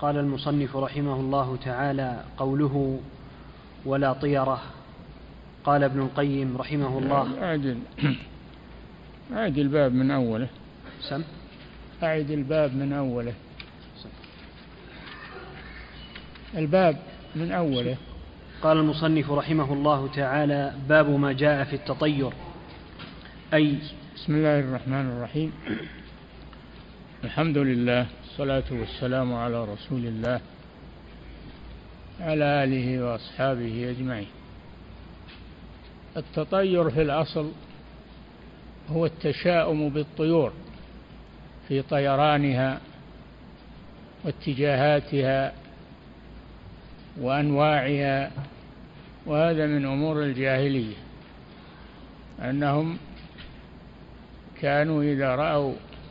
قال المصنف رحمه الله تعالى: قوله ولا طيرة. قال ابن القيم رحمه الله: أعد الباب من أوله. أعد الباب من أوله. الباب من أوله. قال المصنف رحمه الله تعالى: باب ما جاء في التطير. أي بسم الله الرحمن الرحيم. الحمد لله، الصلاة والسلام على رسول الله على آله وأصحابه أجمعين. التطير في الأصل هو التشاؤم بالطيور في طيرانها واتجاهاتها وأنواعها، وهذا من أمور الجاهلية، أنهم كانوا إذا رأوا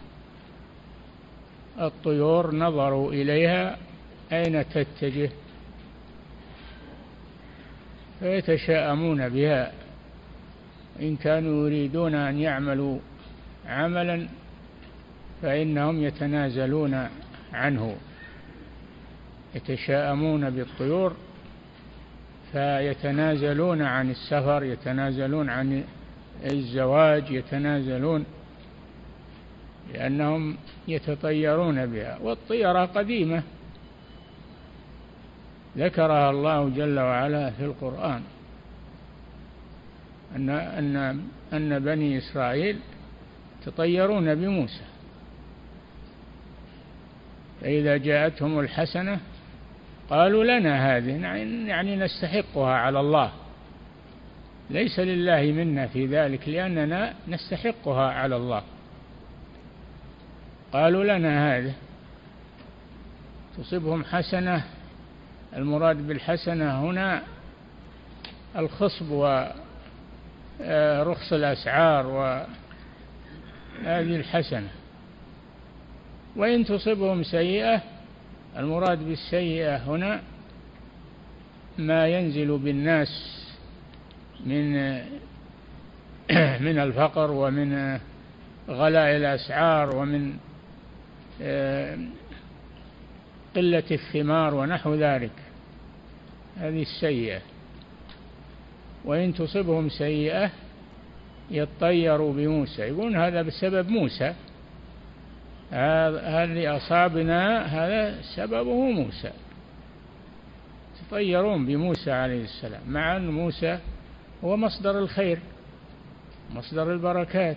الطيور نظروا إليها أين تتجه فيتشاءمون بها. إن كانوا يريدون أن يعملوا عملا فإنهم يتنازلون عنه، يتشاءمون بالطيور فيتنازلون عن السفر، يتنازلون عن الزواج، يتنازلون لأنهم يتطيرون بها. والطيرة قديمة ذكرها الله جل وعلا في القرآن، أن بني إسرائيل يتطيرون بموسى، فإذا جاءتهم الحسنة قالوا لنا هذه، يعني نستحقها على الله، ليس لله منا في ذلك لأننا نستحقها على الله. قالوا لنا هذه، تصيبهم حسنة، المراد بالحسنة هنا الخصب ورخص الأسعار، وهذه الحسنة. وإن تصيبهم سيئة، المراد بالسيئة هنا ما ينزل بالناس من الفقر ومن غلاء الأسعار ومن قلة الثمار ونحو ذلك، هذه السيئة. وإن تصبهم سيئة يطيروا بموسى، يقولون هذا بسبب موسى، هذا اللي أصابنا هذا سببه موسى. يطيرون بموسى عليه السلام، مع أن موسى هو مصدر الخير، مصدر البركات،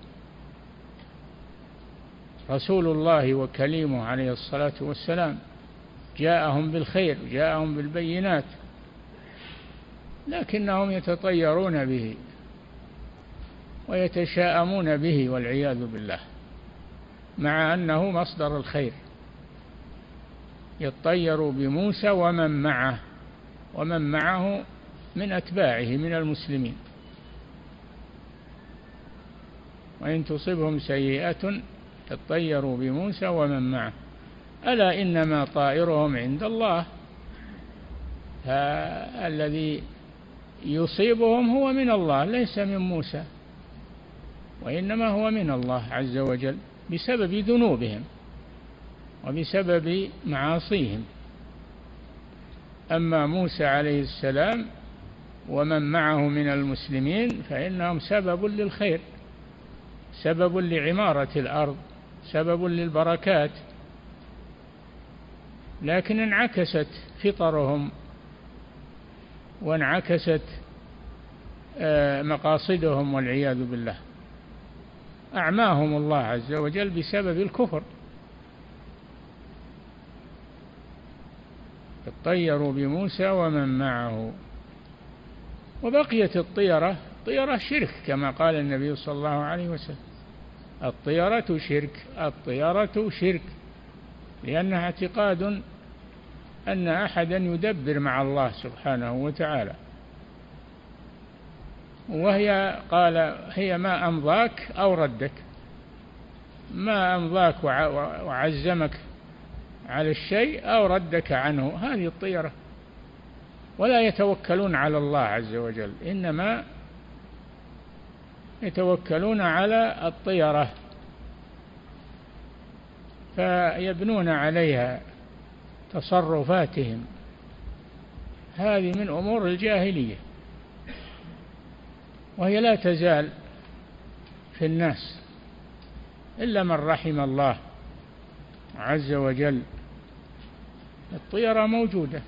رسول الله وكليمه عليه الصلاة والسلام، جاءهم بالخير، جاءهم بالبينات، لكنهم يتطيرون به ويتشاءمون به والعياذ بالله، مع أنه مصدر الخير. يطير بموسى ومن معه من أتباعه من المسلمين. وإن تصبهم سيئة يطيروا بموسى ومن معه، ألا إنما طائرهم عند الله، الذي يصيبهم هو من الله ليس من موسى، وإنما هو من الله عز وجل بسبب ذنوبهم وبسبب معاصيهم. أما موسى عليه السلام ومن معه من المسلمين فإنهم سبب للخير، سبب لعمارة الأرض، سبب للبركات، لكن انعكست فطرهم وانعكست مقاصدهم والعياذ بالله، أعماهم الله عز وجل بسبب الكفر. اطيروا بموسى ومن معه. وبقيت الطيرة شرك كما قال النبي صلى الله عليه وسلم: الطيرة شرك، الطيرة شرك، لأنها اعتقاد أن أحدا يدبر مع الله سبحانه وتعالى، وهي قال هي ما أمضاك أو ردك، ما أمضاك وعزمك على الشيء أو ردك عنه، هذه الطيرة. ولا يتوكلون على الله عز وجل، إنما يتوكلون على الطيرة، فيبنون عليها تصرفاتهم. هذه من أمور الجاهلية، وهي لا تزال في الناس إلا من رحم الله عز وجل. الطيرة موجودة،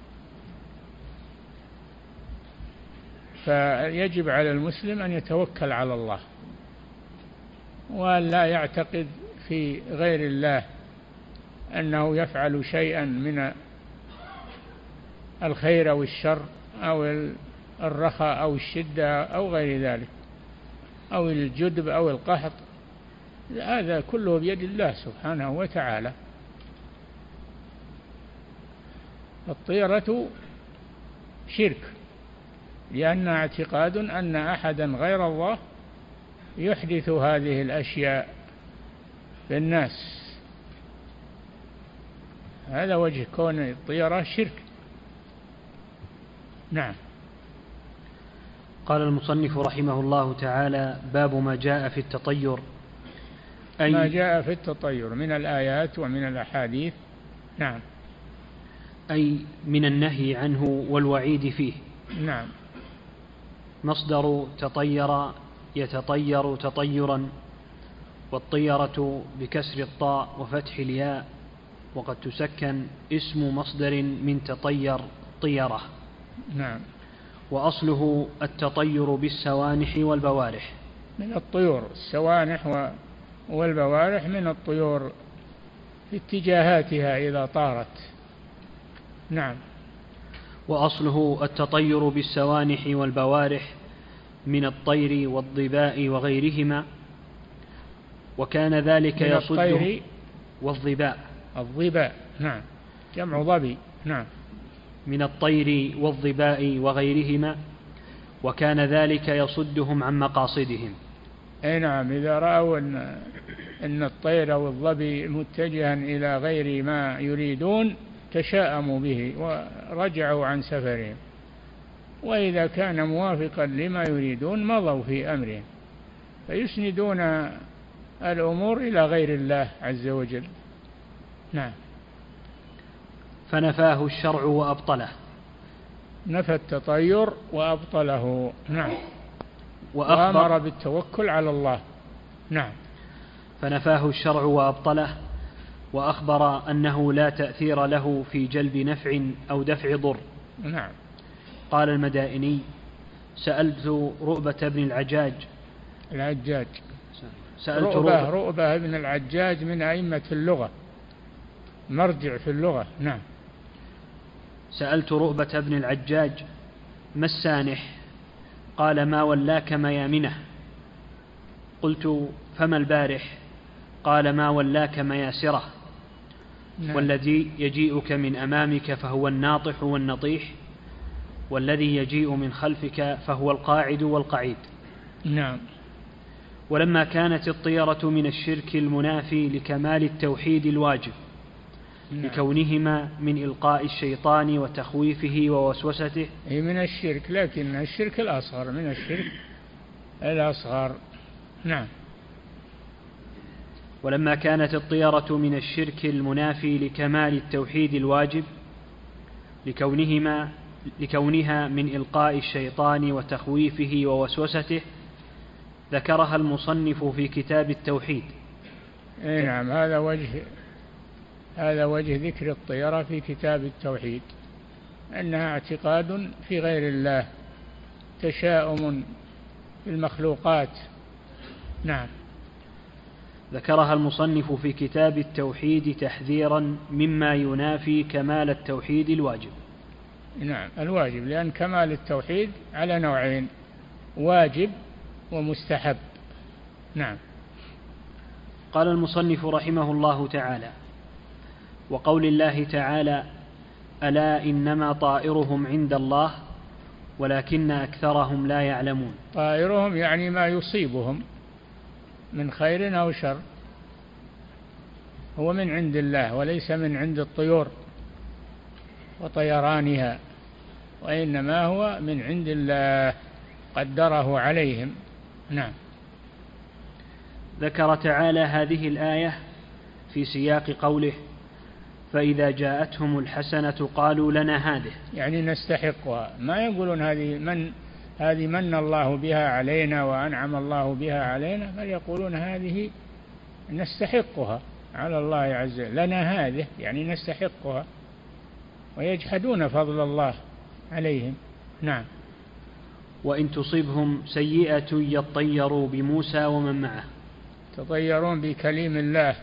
فيجب على المسلم أن يتوكل على الله وأن لا يعتقد في غير الله أنه يفعل شيئا من الخير أو الشر أو الرخاء أو الشدة أو غير ذلك، أو الجدب أو القحط. هذا كله بيد الله سبحانه وتعالى. الطيرة شرك، لأنها اعتقاد أن أحدا غير الله يحدث هذه الأشياء للناس. هذا وجه كون الطيرة شرك. نعم. قال المصنف رحمه الله تعالى: باب ما جاء في التطير، أي ما جاء في التطير من الآيات ومن الأحاديث. نعم. أي من النهي عنه والوعيد فيه. نعم. مصدر تطير يتطير تطيرا، والطيرة بكسر الطاء وفتح الياء، وقد تسكن اسم مصدر من تطير طيرة. نعم. وأصله التطير بالسوانح والبوارح. من الطيور السوانح والبوارح من الطيور في اتجاهاتها إذا طارت. نعم. وأصله التطير بالسوانح والبوارح من الطير والظباء وغيرهما، وكان ذلك يصده والظباء. الظباء نعم جمع ظبي. نعم. من الطير والظباء وغيرهما، وكان ذلك يصدهم عن مقاصدهم. أي نعم، إذا رأوا أن الطير والظبي متجها إلى غير ما يريدون تشاءموا به ورجعوا عن سفرهم، وإذا كان موافقا لما يريدون مضوا في أمرهم، فيسندون الأمور إلى غير الله عز وجل. نعم. فنفاه الشرع وأبطله. نفى التطير وأبطله. نعم. وأمر بالتوكل على الله. نعم. فنفاه الشرع وأبطله، وأخبر أنه لا تأثير له في جلب نفع أو دفع ضر. نعم. قال المدائني: سألت رؤبة بن العجاج. سألت رؤبة بن العجاج من أئمة اللغة، مرجع في اللغة. نعم. سألت رؤبة بن العجاج: ما السانح؟ قال: ما ولاك ميامنه. قلت: فما البارح؟ قال: ما ولاك مياسره. نعم. والذي يجيئك من أمامك فهو الناطح والنطيح، والذي يجيء من خلفك فهو القاعد والقعيد. نعم. ولما كانت الطيرة من الشرك المنافي لكمال التوحيد الواجب، نعم. لكونهما من إلقاء الشيطان وتخويفه ووسوسته. هي من الشرك، لكن الشرك الأصغر من الشرك الأصغر. نعم. ولما كانت الطيرة من الشرك المنافي لكمال التوحيد الواجب، لكونها من إلقاء الشيطان وتخويفه ووسوسته، ذكرها المصنف في كتاب التوحيد. نعم. هذا وجه ذكر الطيرة في كتاب التوحيد، أنها اعتقاد في غير الله، تشاؤم في المخلوقات. نعم. ذكرها المصنف في كتاب التوحيد تحذيرا مما ينافي كمال التوحيد الواجب. نعم، الواجب، لأن كمال التوحيد على نوعين: واجب ومستحب. نعم. قال المصنف رحمه الله تعالى: وقول الله تعالى: ألا إنما طائرهم عند الله ولكن أكثرهم لا يعلمون. طائرهم يعني ما يصيبهم من خير أو شر هو من عند الله، وليس من عند الطيور وطيرانها، وإنما هو من عند الله قدره عليهم. نعم. ذكر تعالى هذه الآية في سياق قوله: فإذا جاءتهم الحسنة قالوا لنا هذه، يعني نستحقها، ما يقولون هذه من الله بها علينا وأنعم الله بها علينا، بل يقولون هذه نستحقها على الله عز وجل، لنا هذه يعني نستحقها، ويجحدون فضل الله عليهم. نعم. وإن تصبهم سيئة يطيروا بموسى ومن معه، تطيرون بكليم الله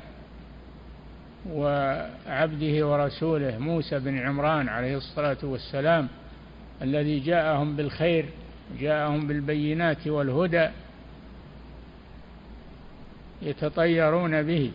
وعبده ورسوله موسى بن عمران عليه الصلاة والسلام، الذي جاءهم بالخير، جاءهم بالبينات والهدى، يتطيرون به،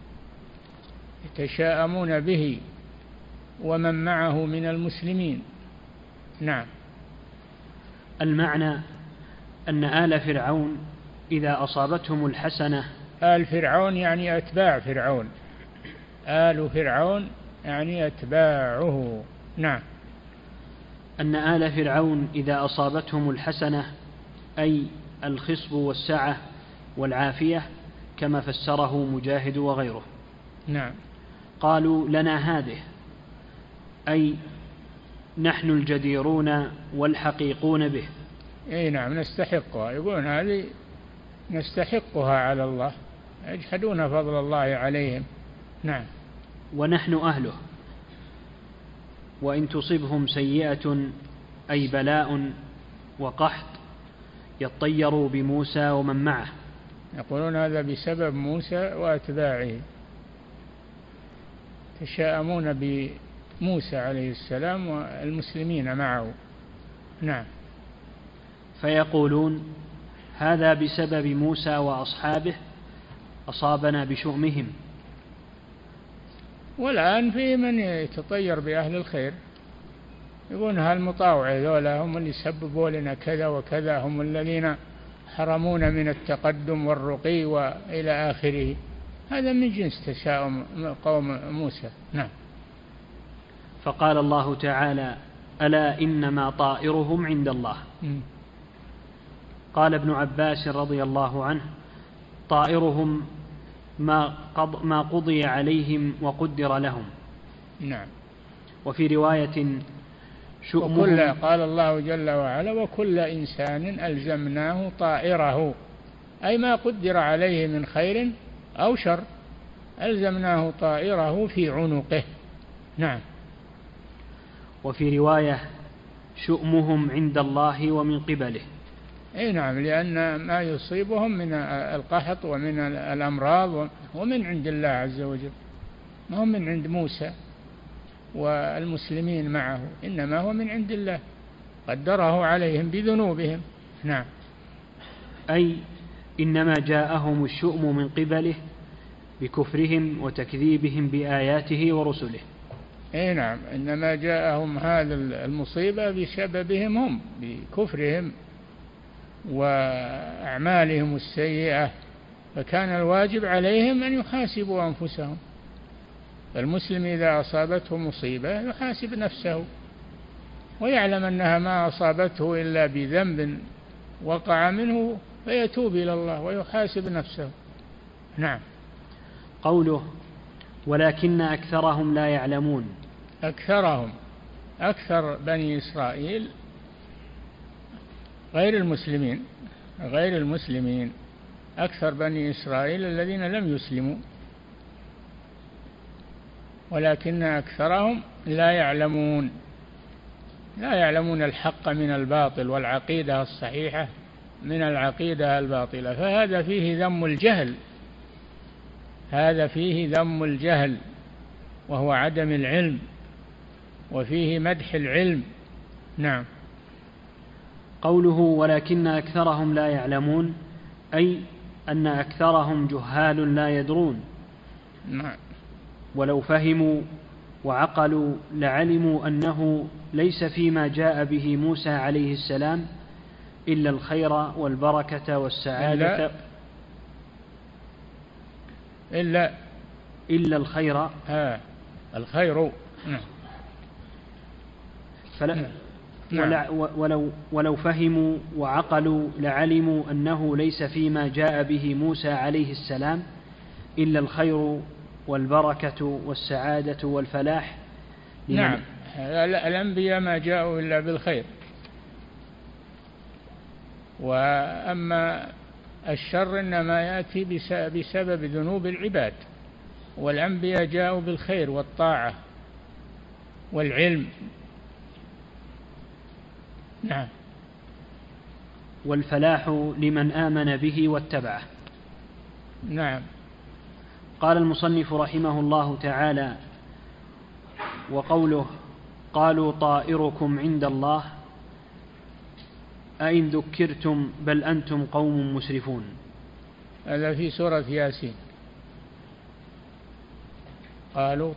يتشاءمون به ومن معه من المسلمين. نعم. المعنى أن آل فرعون إذا أصابتهم الحسنة، آل فرعون يعني أتباع فرعون، آل فرعون يعني أتباعه. نعم. أن آل فرعون إذا أصابتهم الحسنة أي الخصب والسعة والعافية كما فسره مجاهد وغيره. نعم. قالوا لنا هذه أي نحن الجديرون والحقيقون به. أي نعم، نستحقها، يقولون هذه نستحقها على الله، يجحدون فضل الله عليهم. نعم. ونحن أهله. وإن تصبهم سيئة أي بلاء وقحط يطيروا بموسى ومن معه، يقولون هذا بسبب موسى وأتباعه، تشاءمون بموسى عليه السلام والمسلمين معه. نعم. فيقولون هذا بسبب موسى وأصحابه أصابنا بشؤمهم. والآن في من يتطير بأهل الخير، يقولون هالمطاوع ذولا هم اللي سببوا لنا كذا وكذا، هم الذين حرمونا من التقدم والرقي وإلى آخره. هذا من جنس تشاؤم قوم موسى. نعم. فقال الله تعالى ألا إنما طائرهم عند الله. قال ابن عباس رضي الله عنه طائرهم ما قضي عليهم وقدر لهم. نعم. وفي رواية وكل قال الله جل وعلا وكل إنسان ألزمناه طائره، أي ما قدر عليه من خير أو شر ألزمناه طائره في عنقه. نعم. وفي رواية شؤمهم عند الله ومن قبله. أي نعم، لأن ما يصيبهم من القحط ومن الأمراض ومن عند الله عز وجل، ما هو من عند موسى والمسلمين معه، إنما هو من عند الله قدره عليهم بذنوبهم. نعم. أي إنما جاءهم الشؤم من قبله بكفرهم وتكذيبهم بآياته ورسله. أي نعم، إنما جاءهم هذا المصيبة بسببهم هم، بكفرهم وأعمالهم السيئة، فكان الواجب عليهم أن يحاسبوا أنفسهم. فالمسلم إذا أصابته مصيبة يحاسب نفسه ويعلم أنها ما أصابته إلا بذنب وقع منه، فيتوب إلى الله ويحاسب نفسه. نعم. قوله ولكن أكثرهم لا يعلمون، أكثرهم، أكثر بني إسرائيل غير المسلمين، أكثر بني إسرائيل الذين لم يسلموا، ولكن أكثرهم لا يعلمون الحق من الباطل والعقيدة الصحيحة من العقيدة الباطلة، فهذا فيه ذم الجهل، هذا فيه ذم الجهل وهو عدم العلم، وفيه مدح العلم. نعم. قوله ولكن أكثرهم لا يعلمون أي أن أكثرهم جهال لا يدرون. نعم. ولو فهموا وعقلوا لعلموا أنه ليس فيما جاء به موسى عليه السلام إلا الخير والبركة والسعادة إلا الخير. الخير. ولو فهموا وعقلوا لعلموا أنه ليس فيما جاء به موسى عليه السلام إلا الخير والبركة والسعادة والفلاح. نعم، الأنبياء ما جاءوا إلا بالخير، وأما الشر إنما يأتي بسبب ذنوب العباد، والأنبياء جاءوا بالخير والطاعة والعلم. نعم. والفلاح لمن آمن به واتبعه. نعم. قال المصنف رحمه الله تعالى: وقوله قالوا طائركم عند الله أئن ذكرتم بل أنتم قوم مسرفون. هذا في سورة ياسين. قالوا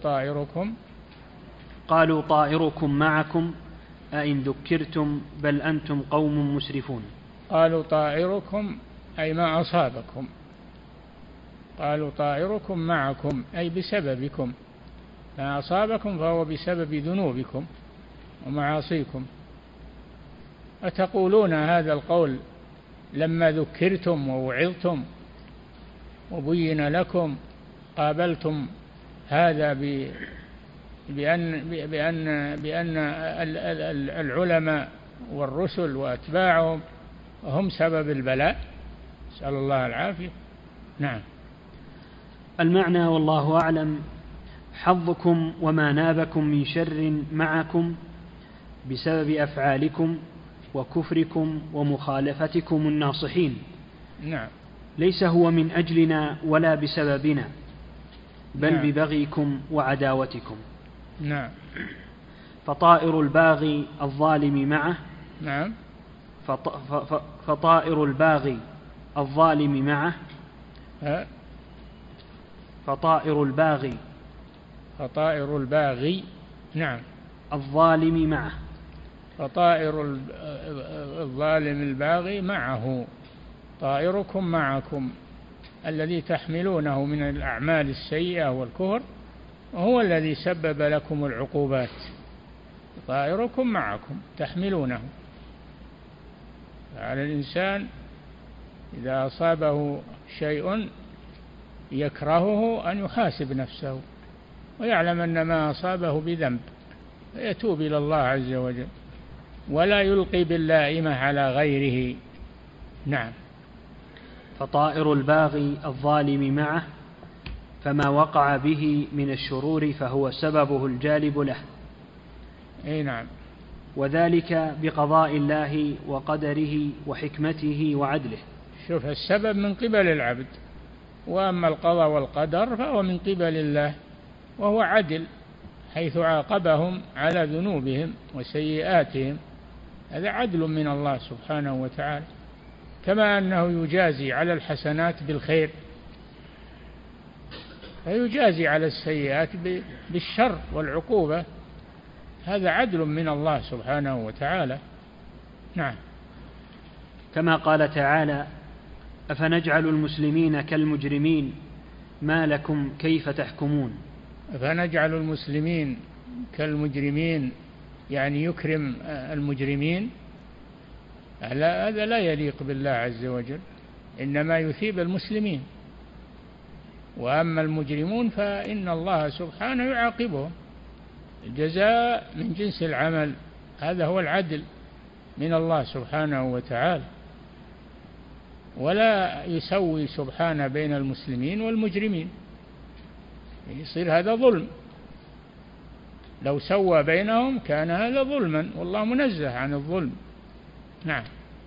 طائركم معكم أئن ذكرتم بل أنتم قوم مسرفون. قالوا طائركم أي ما أصابكم، قالوا طائركم معكم أي بسببكم، ما أصابكم فهو بسبب ذنوبكم ومعاصيكم. أتقولون هذا القول لما ذكرتم ووعظتم وبين لكم، قابلتم هذا بأن العلماء والرسل وأتباعهم هم سبب البلاء، نسأل الله العافية. نعم. المعنى والله أعلم: حظكم وما نابكم من شر معكم بسبب أفعالكم وكفركم ومخالفتكم الناصحين. نعم. ليس هو من أجلنا ولا بسببنا، بل نعم. ببغيكم وعداوتكم. نعم. فطائر الباغي الظالم معه. نعم. فطائر الباغي الظالم معه. فطائر الباغي نعم الظالم معه. فطائر الظالم الباغي معه، طائركم معكم الذي تحملونه من الأعمال السيئة والكفر، وهو الذي سبب لكم العقوبات. طائركم معكم تحملونه. على الإنسان إذا أصابه شيء يكرهه أن يحاسب نفسه ويعلم أن ما أصابه بذنب، فيتوب إلى الله عز وجل ولا يلقي باللائمة على غيره. نعم. فطائر الباغي الظالم معه، فما وقع به من الشرور فهو سببه الجالب له. أي نعم. وذلك بقضاء الله وقدره وحكمته وعدله. شوف، السبب من قبل العبد، وأما القضاء والقدر فهو من قبل الله، وهو عدل حيث عاقبهم على ذنوبهم وسيئاتهم. هذا عدل من الله سبحانه وتعالى، كما أنه يجازي على الحسنات بالخير فيجازي على السيئات بالشر والعقوبة. هذا عدل من الله سبحانه وتعالى. نعم. كما قال تعالى: أفنجعل المسلمين كالمجرمين ما لكم كيف تحكمون. أفنجعل المسلمين كالمجرمين، يعني يكرم المجرمين. هذا لا يليق بالله عز وجل، إنما يثيب المسلمين، وأما المجرمون فإن الله سبحانه يعاقبهم. الجزاء من جنس العمل، هذا هو العدل من الله سبحانه وتعالى، ولا يسوي سبحانه بين المسلمين والمجرمين، يصير هذا ظلم. لو سوى بينهم كان هذا ظلما، والله منزه عن الظلم. نعم.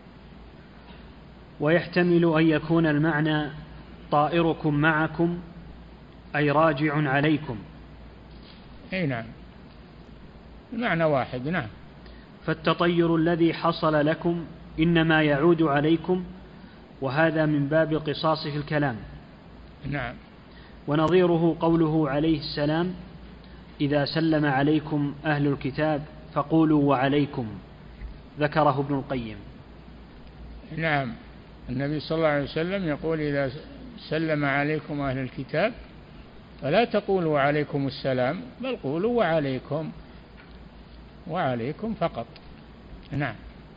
ويحتمل أن يكون المعنى طائركم معكم أي راجع عليكم. أي نعم، المعنى واحد. نعم. فالتطير الذي حصل لكم إنما يعود عليكم، وهذا من باب القصاص في الكلام. نعم. ونظيره قوله عليه السلام: إذا سلم عليكم أهل الكتاب فقولوا وعليكم، ذكره ابن القيم. نعم. النبي صلى الله عليه وسلم يقول: إذا سلم عليكم أهل الكتاب فلا تقولوا عليكم السلام، بل قولوا وعليكم، وعليكم فقط. نعم.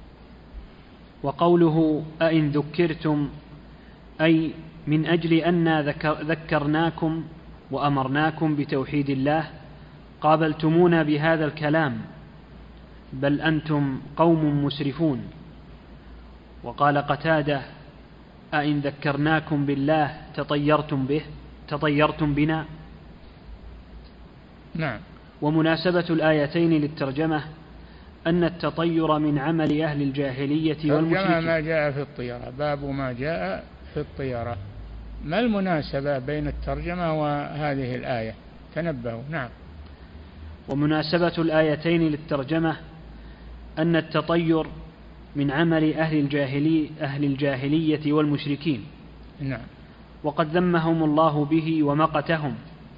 وقوله أئن ذكرتم أي من أجل أن ذكرناكم وأمرناكم بتوحيد الله قابلتمونا بهذا الكلام بل أنتم قوم مسرفون. وقال قتادة أئن ذكرناكم بالله تطيرتم بنا. نعم. ومناسبة الآيتين للترجمة أن التطير من عمل أهل الجاهلية والمشركين. ما جاء في الطيرة، باب ما جاء في الطيرة. ما المناسبة بين الترجمة وهذه الآية؟ تنبهوا. نعم. ومناسبة الآيتين للترجمة أن التطير من عمل أهل الجاهلية والمشركين. نعم. وقد ذمهم الله به ومقتهم.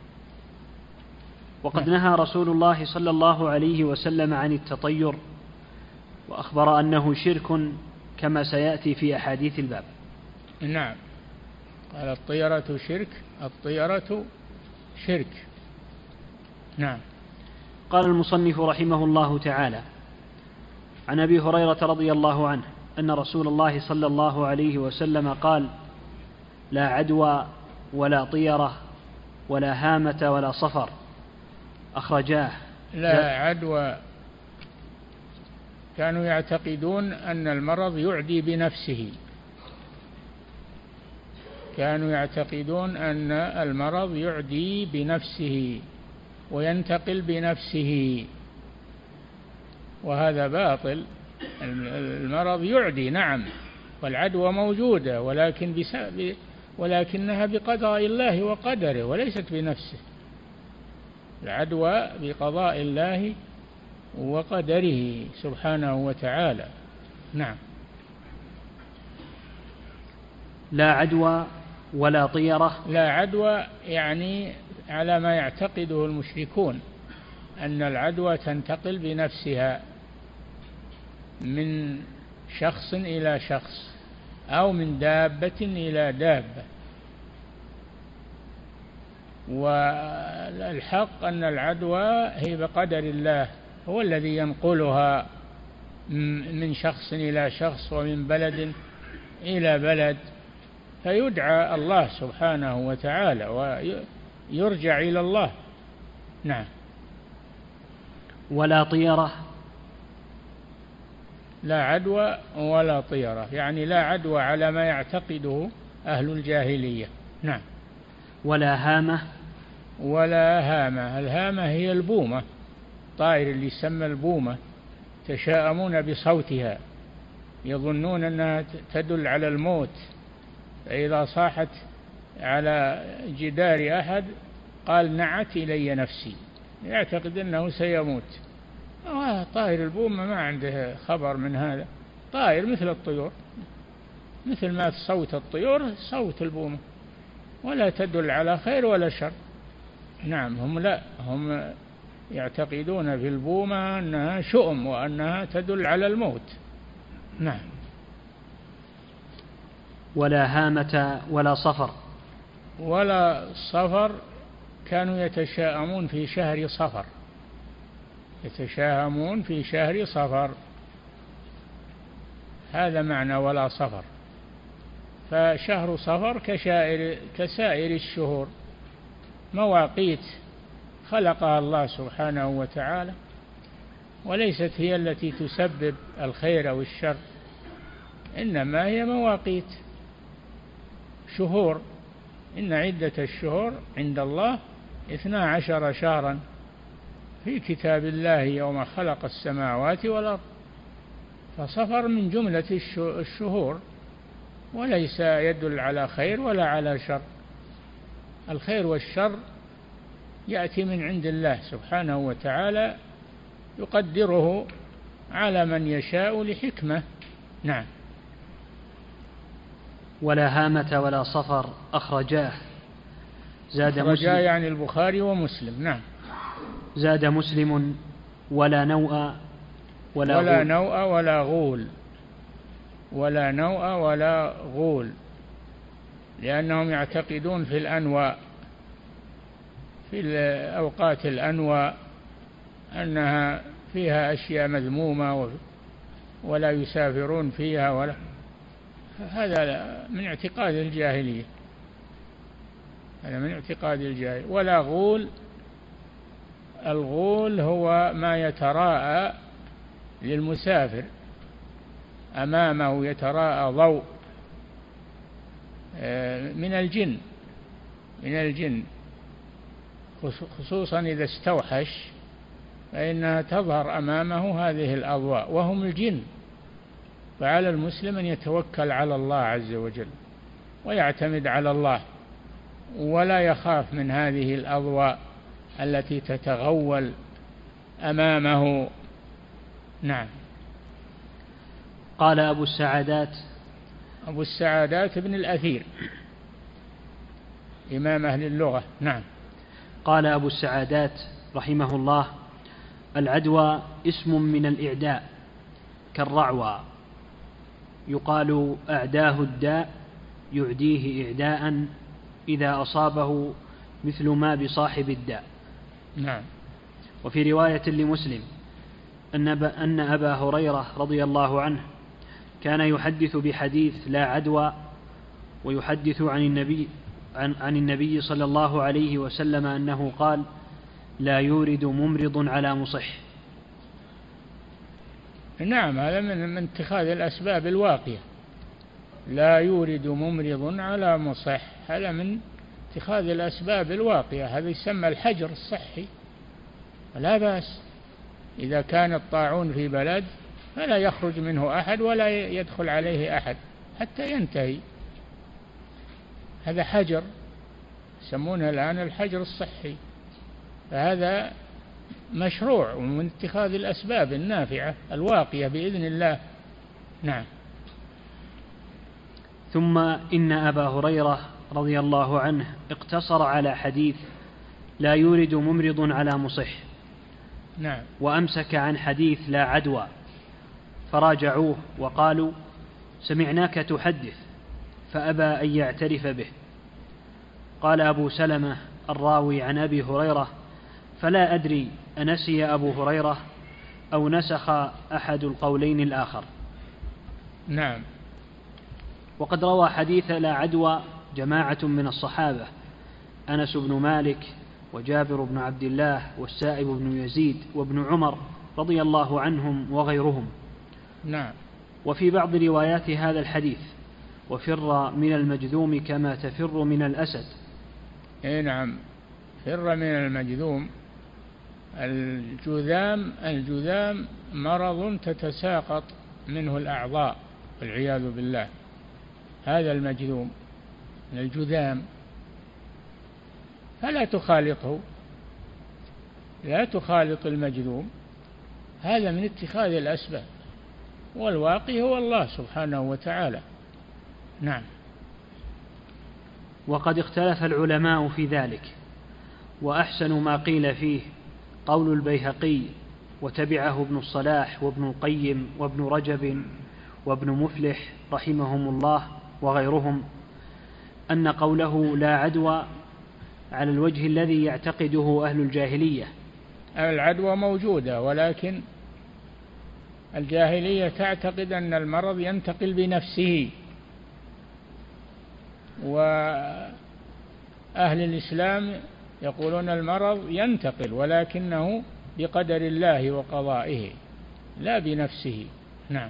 وقد نهى رسول الله صلى الله عليه وسلم عن التطير وأخبر أنه شرك كما سيأتي في أحاديث الباب. نعم. قال الطيرة شرك، الطيرة شرك. نعم. قال المصنف رحمه الله تعالى: عن أبي هريرة رضي الله عنه أن رسول الله صلى الله عليه وسلم قال: لا عدوى ولا طيرة ولا هامة ولا صفر، أخرجاه. لا عدوى، كانوا يعتقدون أن المرض يعدي بنفسه، كانوا يعتقدون أن المرض يعدي بنفسه وينتقل بنفسه، وهذا باطل. المرض يعدي نعم، والعدوى موجودة، ولكنها بقضاء الله وقدره وليست بنفسه. العدوى بقضاء الله وقدره سبحانه وتعالى. نعم. لا عدوى ولا طيرة. لا عدوى يعني على ما يعتقده المشركون أن العدوى تنتقل بنفسها من شخص إلى شخص أو من دابة إلى دابة. والحق أن العدوى هي بقدر الله، هو الذي ينقلها من شخص إلى شخص ومن بلد إلى بلد، فيدعى الله سبحانه وتعالى ويرجع إلى الله. نعم. ولا طيرة. لا عدوى ولا طيرة يعني لا عدوى على ما يعتقده أهل الجاهلية. نعم. ولا هامة. ولا هامة. الهامة هي البومة، طائر اللي يسمى البومة، تشاءمون بصوتها، يظنون أنها تدل على الموت، فإذا صاحت على جدار أحد قال نعت إلي نفسي، يعتقد أنه سيموت. طائر البومة ما عنده خبر من هذا، طائر مثل الطيور، مثل ما صوت الطيور صوت البومة، ولا تدل على خير ولا شر. نعم. هم يعتقدون في البومة أنها شؤم وأنها تدل على الموت. نعم. ولا هامة ولا صفر. ولا صفر، كانوا يتشاءمون في شهر صفر، يتشاءمون في شهر صفر، هذا معنى ولا صفر. فشهر صفر كسائر الشهور، مواقيت خلقها الله سبحانه وتعالى، وليست هي التي تسبب الخير أو الشر، إنما هي مواقيت شهور. إن عدة الشهور عند الله 12 شهرا في كتاب الله يوم خلق السماوات والأرض، فصفر من جملة الشهور، وليس يدل على خير ولا على شر. الخير والشر يأتي من عند الله سبحانه وتعالى، يقدره على من يشاء لحكمة. نعم. ولا هامة ولا صفر، أخرجاه. زاد مسلم يعني البخاري ومسلم. نعم. زاد مسلم: ولا نوء ولا نوء ولا غول، ولا نوء ولا غول، لأنهم يعتقدون في الأنواء، في الأوقات الأنواء أنها فيها أشياء مذمومة ولا يسافرون فيها، ولا هذا من اعتقاد الجاهلية، هذا من اعتقاد الجاهل. ولا غول، الغول هو ما يتراءى للمسافر أمامه، يتراءى ضوء من الجن خصوصا إذا استوحش، فإنها تظهر أمامه هذه الأضواء وهم الجن. فعلى المسلم أن يتوكل على الله عز وجل ويعتمد على الله، ولا يخاف من هذه الأضواء التي تتغول أمامه. نعم. قال أبو السعادات ابن الأثير إمام أهل اللغة. نعم. قال أبو السعادات رحمه الله: العدوى اسم من الإعداء كالرعوى، يقال أعداه الداء، يعديه إعداء إذا أصابه مثل ما بصاحب الداء. نعم. وفي رواية لمسلم أن أبا هريرة رضي الله عنه كان يحدث بحديث لا عدوى، ويحدث عن النبي صلى الله عليه وسلم أنه قال: لا يورد ممرض على مصح. نعم، هذا من اتخاذ الأسباب الواقية. لا يورد ممرض على مصح، هذا من اتخاذ الأسباب الواقية، هذا يسمى الحجر الصحي، لا بأس. إذا كان الطاعون في بلد فلا يخرج منه أحد ولا يدخل عليه أحد حتى ينتهي، هذا حجر يسمونه الآن الحجر الصحي، فهذا مشروع ومن اتخاذ الأسباب النافعة الواقية بإذن الله. نعم. ثم إن أبا هريرة رضي الله عنه اقتصر على حديث لا يورد ممرض على مصح. نعم. وأمسك عن حديث لا عدوى، فراجعوه وقالوا: سمعناك تحدث، فأبى أن يعترف به. قال أبو سلمة الراوي عن أبي هريرة: فلا أدري أنسي أبو هريرة أو نسخ أحد القولين الآخر. نعم. وقد روى حديث لا عدوى جماعة من الصحابة: أنس بن مالك وجابر بن عبد الله والسائب بن يزيد وابن عمر رضي الله عنهم وغيرهم. نعم. وفي بعض روايات هذا الحديث: وفر من المجذوم كما تفر من الأسد. نعم، فر من المجذوم. الجذام مرض تتساقط منه الأعضاء والعياذ بالله، هذا المجذوم من الجذام، فلا تخالطه، لا تخالط المجذوم، هذا من اتخاذ الأسباب، والواقي هو الله سبحانه وتعالى. نعم. وقد اختلف العلماء في ذلك، وأحسن ما قيل فيه قول البيهقي وتبعه ابن الصلاح وابن القيم وابن رجب وابن مفلح رحمهم الله وغيرهم، أن قوله لا عدوى على الوجه الذي يعتقده أهل الجاهلية. العدوى موجودة، ولكن الجاهلية تعتقد أن المرض ينتقل بنفسه، وأهل الإسلام يقولون المرض ينتقل ولكنه بقدر الله وقضائه لا بنفسه. نعم.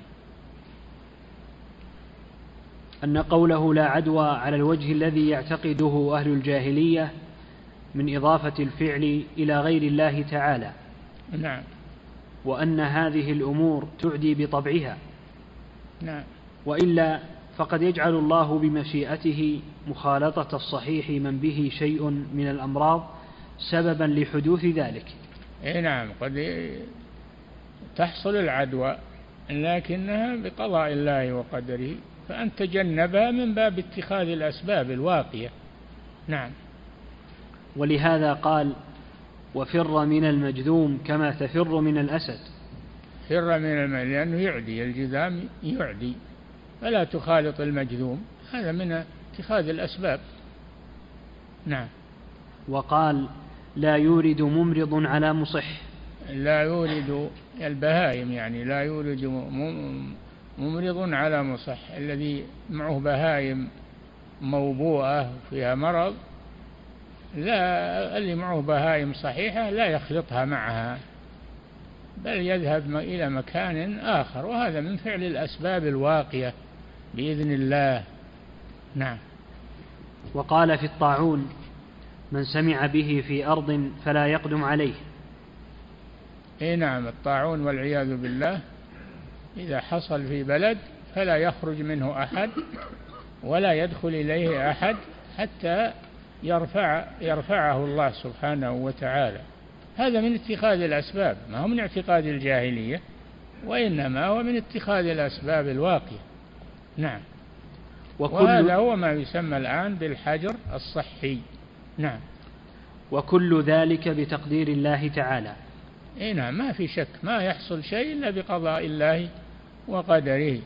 أن قوله لا عدوى على الوجه الذي يعتقده أهل الجاهلية من إضافة الفعل إلى غير الله تعالى. نعم. وأن هذه الأمور تعدي بطبعها. نعم. وإلا فقد يجعل الله بمشيئته مخالطة الصحيح من به شيء من الأمراض سببا لحدوث ذلك. نعم، قد تحصل العدوى لكنها بقضاء الله وقدره، فأن تجنبها من باب اتخاذ الأسباب الواقية. نعم. ولهذا قال: وفر من المجذوم كما تفر من الأسد. فر من المجذوم لأنه يعدي، الجذام يعدي، فلا تخالط المجذوم، هذا من اتخاذ الأسباب. نعم. وقال: لا يورد ممرض على مصح. لا يورد البهائم، يعني لا يورد ممرض على مصح، الذي معه بهائم موبوءة فيها مرض لا، اللي معه بهائم صحيحة لا يخلطها معها، بل يذهب إلى مكان آخر، وهذا من فعل الأسباب الواقية بإذن الله. نعم. وقال في الطاعون: من سمع به في أرض فلا يقدم عليه. نعم، الطاعون والعياذ بالله إذا حصل في بلد فلا يخرج منه أحد ولا يدخل إليه أحد حتى يرفعه الله سبحانه وتعالى. هذا من اتخاذ الأسباب، ما هو من اعتقاد الجاهلية، وإنما هو من اتخاذ الأسباب الواقية. نعم. وهذا هو ما يسمى الآن بالحجر الصحي. نعم. وكل ذلك بتقدير الله تعالى. نعم، ما في شك، ما يحصل شيء إلا بقضاء الله وقدره.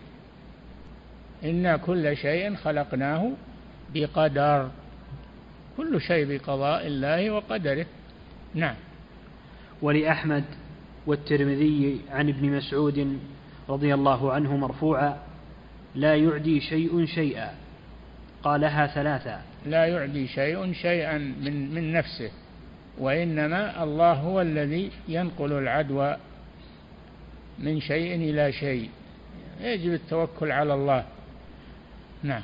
إنا كل شيء خلقناه بقدر، كل شيء بقضاء الله وقدره. نعم. ولأحمد والترمذي عن ابن مسعود رضي الله عنه مرفوعا: لا يعدي شيء شيئا، قالها ثلاثا. لا يعدي شيء شيئا من نفسه، وإنما الله هو الذي ينقل العدوى من شيء إلى شيء، يجب التوكل على الله. نعم.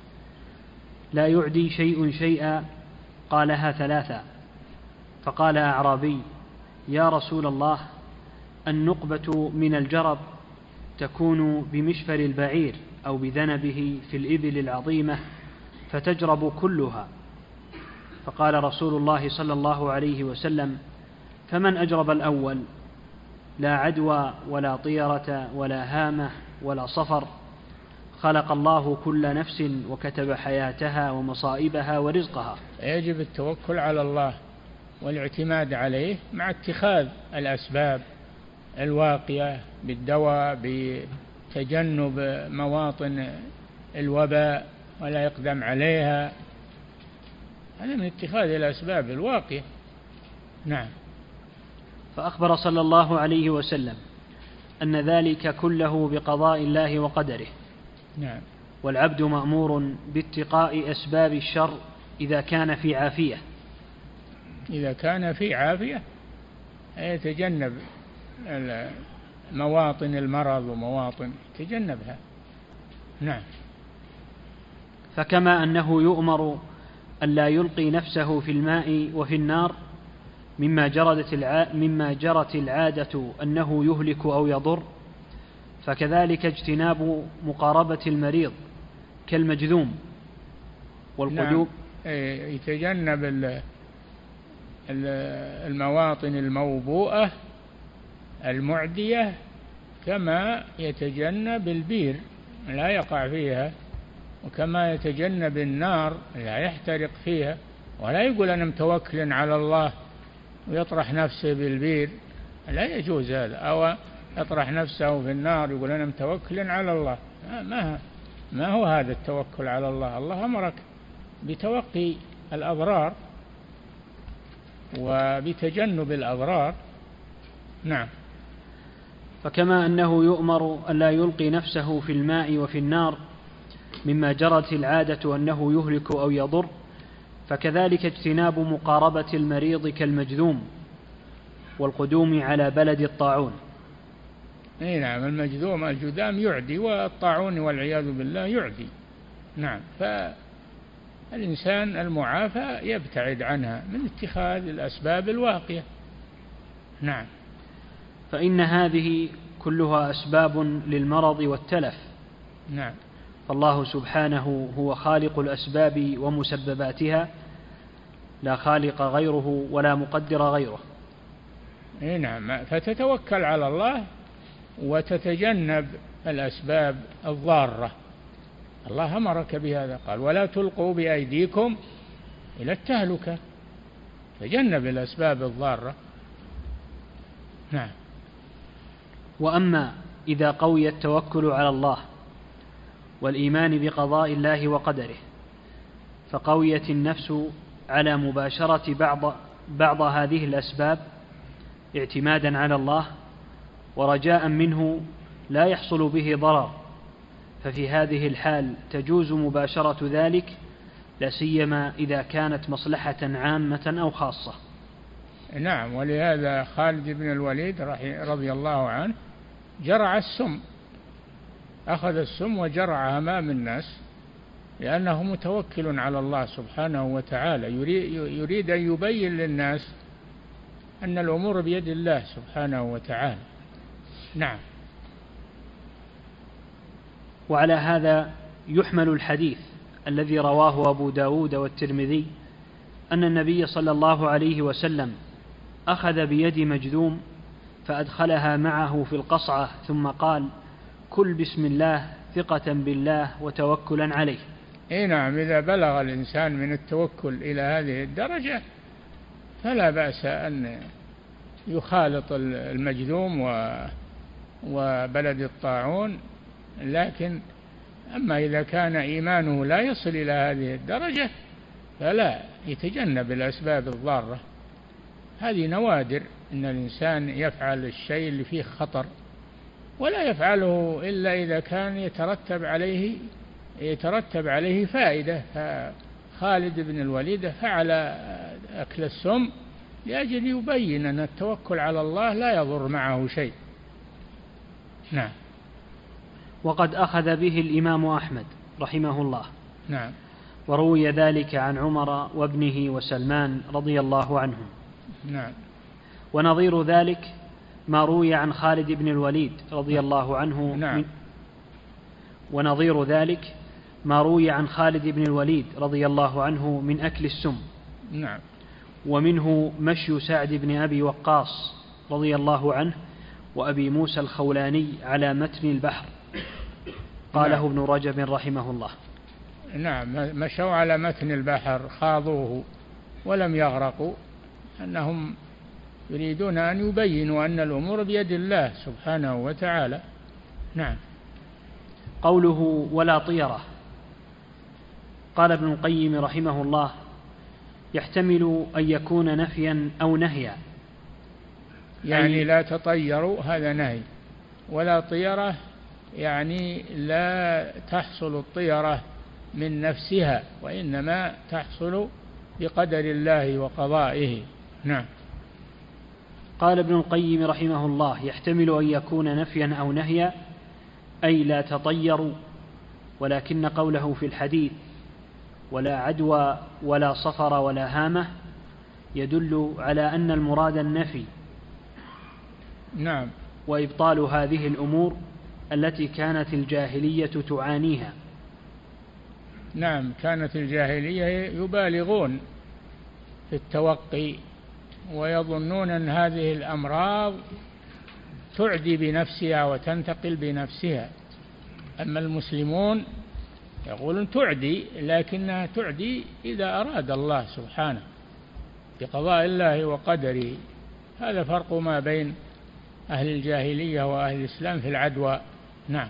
لا يعدي شيء شيئا، قالها ثلاثا. فقال أعرابي: يا رسول الله، النقبة من الجرب تكون بمشفر البعير أو بذنبه في الإبل العظيمة فتجرب كلها. فقال رسول الله صلى الله عليه وسلم: فمن أجرب الأول؟ لا عدوى ولا طيرة ولا هامة ولا صفر، خلق الله كل نفس وكتب حياتها ومصائبها ورزقها. يجب التوكل على الله والاعتماد عليه مع اتخاذ الأسباب الواقية بالدواء، بتجنب مواطن الوباء ولا يقدم عليها، هذا من اتخاذ الأسباب الواقية. نعم. فأخبر صلى الله عليه وسلم أن ذلك كله بقضاء الله وقدره. نعم. والعبد مأمور باتقاء أسباب الشر إذا كان في عافية. إذا كان في عافية يتجنب مواطن المرض ومواطن يتجنبها. نعم. فكما أنه يؤمر أن لا يلقي نفسه في الماء وفي النار مما جرت العادة أنه يهلك أو يضر، فكذلك اجتناب مقاربة المريض كالمجذوم والقدوم. نعم. يتجنب المواطن الموبوءة المعدية كما يتجنب البير لا يقع فيها، وكما يتجنب النار لا يحترق فيها. ولا يقول أنا متوكل على الله ويطرح نفسه بالبير، لا يجوز هذا، أو يطرح نفسه في النار يقول أنا متوكل على الله. ما هو هذا التوكل على الله. الله أمرك بتوقي الأضرار وبتجنب الأضرار. نعم. فكما أنه يؤمر أن لا يلقي نفسه في الماء وفي النار مما جرت العادة أنه يهلك أو يضر، فكذلك اجتناب مقاربة المريض كالمجذوم والقدوم على بلد الطاعون. نعم. المجذوم الجذام يعدي، والطاعون والعياذ بالله يعدي. نعم. فالإنسان المعافى يبتعد عنها من اتخاذ الأسباب الواقية. نعم. فإن هذه كلها أسباب للمرض والتلف. نعم. فالله سبحانه هو خالق الأسباب ومسبباتها، لا خالق غيره ولا مقدر غيره. نعم. فتتوكل على الله وتتجنب الأسباب الضارة. الله أمرك بهذا، قال: ولا تلقوا بأيديكم إلى التهلكة. تجنب الأسباب الضارة. نعم. وأما إذا قوي التوكل على الله والإيمان بقضاء الله وقدره، فقويت النفس على مباشرة بعض هذه الأسباب اعتمادا على الله ورجاء منه لا يحصل به ضرر، ففي هذه الحال تجوز مباشرة ذلك لا سيما إذا كانت مصلحة عامة أو خاصة. نعم، ولهذا خالد بن الوليد رضي الله عنه جرع السم، أخذ السم وجرع أمام الناس، لأنه متوكل على الله سبحانه وتعالى، يريد أن يبين للناس أن الأمور بيد الله سبحانه وتعالى. نعم. وعلى هذا يحمل الحديث الذي رواه أبو داود والترمذي أن النبي صلى الله عليه وسلم أخذ بيد مجذوم فأدخلها معه في القصعة ثم قال: كل بسم الله ثقة بالله وتوكلا عليه. نعم، إذا بلغ الإنسان من التوكل إلى هذه الدرجة فلا بأس أن يخالط المجذوم وبلد الطاعون، لكن أما إذا كان إيمانه لا يصل إلى هذه الدرجة فلا، يتجنب الأسباب الضارة. هذه نوادر أن الإنسان يفعل الشيء اللي فيه خطر، ولا يفعله إلا إذا كان يترتب عليه فائدة. فخالد بن الوليد فعل أكل السم لأجل يبين أن التوكل على الله لا يضر معه شيء. نعم. وقد أخذ به الإمام أحمد رحمه الله. نعم. وروي ذلك عن عمر وابنه وسلمان رضي الله عنهم. نعم. ونظير ذلك ما روي عن خالد بن الوليد رضي الله عنه. نعم. ونظير ذلك ما روي عن خالد بن الوليد رضي الله عنه من أكل السم. نعم. ومنه مشي سعد بن أبي وقاص رضي الله عنه وأبي موسى الخولاني على متن البحر، قاله نعم. ابن رجب رحمه الله. نعم، مشوا على متن البحر، خاضوه ولم يغرقوا، أنهم يريدون أن يبينوا أن الأمور بيد الله سبحانه وتعالى. نعم. قوله ولا طيرة، قال ابن القيم رحمه الله: يحتمل أن يكون نفيا أو نهيا، يعني لا تطيروا هذا نهي، ولا طيرة يعني لا تحصل الطيرة من نفسها، وإنما تحصل بقدر الله وقضائه. نعم. قال ابن القيم رحمه الله: يحتمل أن يكون نفيا أو نهيا، أي لا تطيروا، ولكن قوله في الحديث ولا عدوى ولا صفر ولا هامة يدل على أن المراد النفي. نعم. وإبطال هذه الأمور التي كانت الجاهلية تعانيها. نعم، كانت الجاهلية يبالغون في التوقي ويظنون أن هذه الأمراض تعدي بنفسها وتنتقل بنفسها، أما المسلمون يقولون تعدي، لكنها تعدي إذا أراد الله سبحانه بقضاء الله وقدره. هذا فرق ما بين أهل الجاهلية وأهل الإسلام في العدوى. نعم.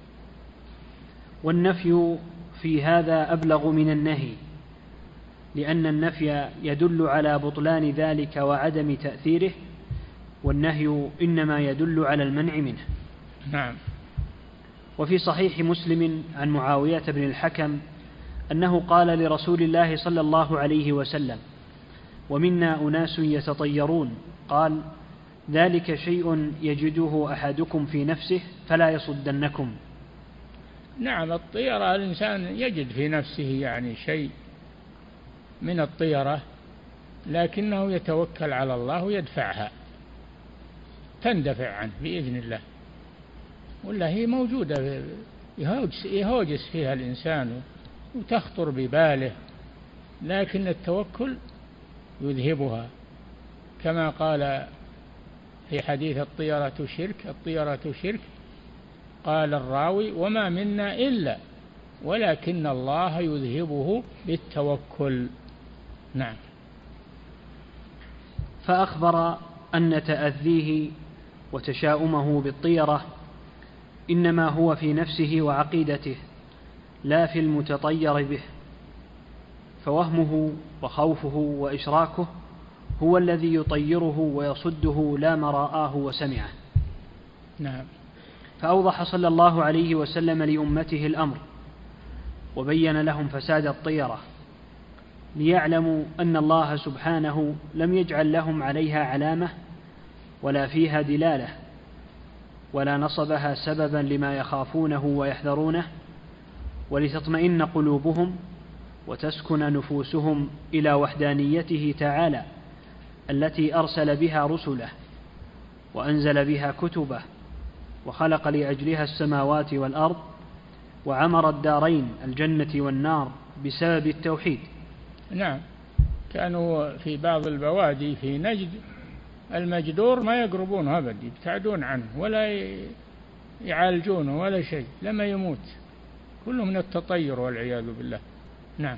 والنفي في هذا أبلغ من النهي، لأن النفي يدل على بطلان ذلك وعدم تأثيره، والنهي إنما يدل على المنع منه. نعم. وفي صحيح مسلم عن معاوية بن الحكم أنه قال لرسول الله صلى الله عليه وسلم: ومنا أناس يتطيرون، قال: ذلك شيء يجده أحدكم في نفسه فلا يصدنكم. نعم، الطيرة الإنسان يجد في نفسه يعني شيء من الطيرة، لكنه يتوكل على الله ويدفعها، تندفع عنه بإذن الله، ولا هي موجودة يهوجس فيها الإنسان وتخطر بباله، لكن التوكل يذهبها، كما قال في حديث الطيرة شرك، قال الراوي: وما منا إلا ولكن الله يذهبه بالتوكل. نعم. فأخبر أن تأذيه وتشاؤمه بالطيرة إنما هو في نفسه وعقيدته، لا في المتطير به، فوهمه وخوفه وإشراكه هو الذي يطيره ويصده، لا ما رآه وسمعه. نعم. فأوضح صلى الله عليه وسلم لأمته الأمر، وبين لهم فساد الطيرة، ليعلموا أن الله سبحانه لم يجعل لهم عليها علامة ولا فيها دلالة ولا نصبها سببا لما يخافونه ويحذرونه، ولتطمئن قلوبهم وتسكن نفوسهم إلى وحدانيته تعالى التي أرسل بها رسله وأنزل بها كتبه وخلق لأجلها السماوات والأرض وعمر الدارين الجنة والنار بسبب التوحيد. نعم، كانوا في بعض البوادي في نجد المجدور ما يقربونه أبد، يبتعدون عنه ولا يعالجونه ولا شيء لما يموت، كله من التطير والعياذ بالله. نعم.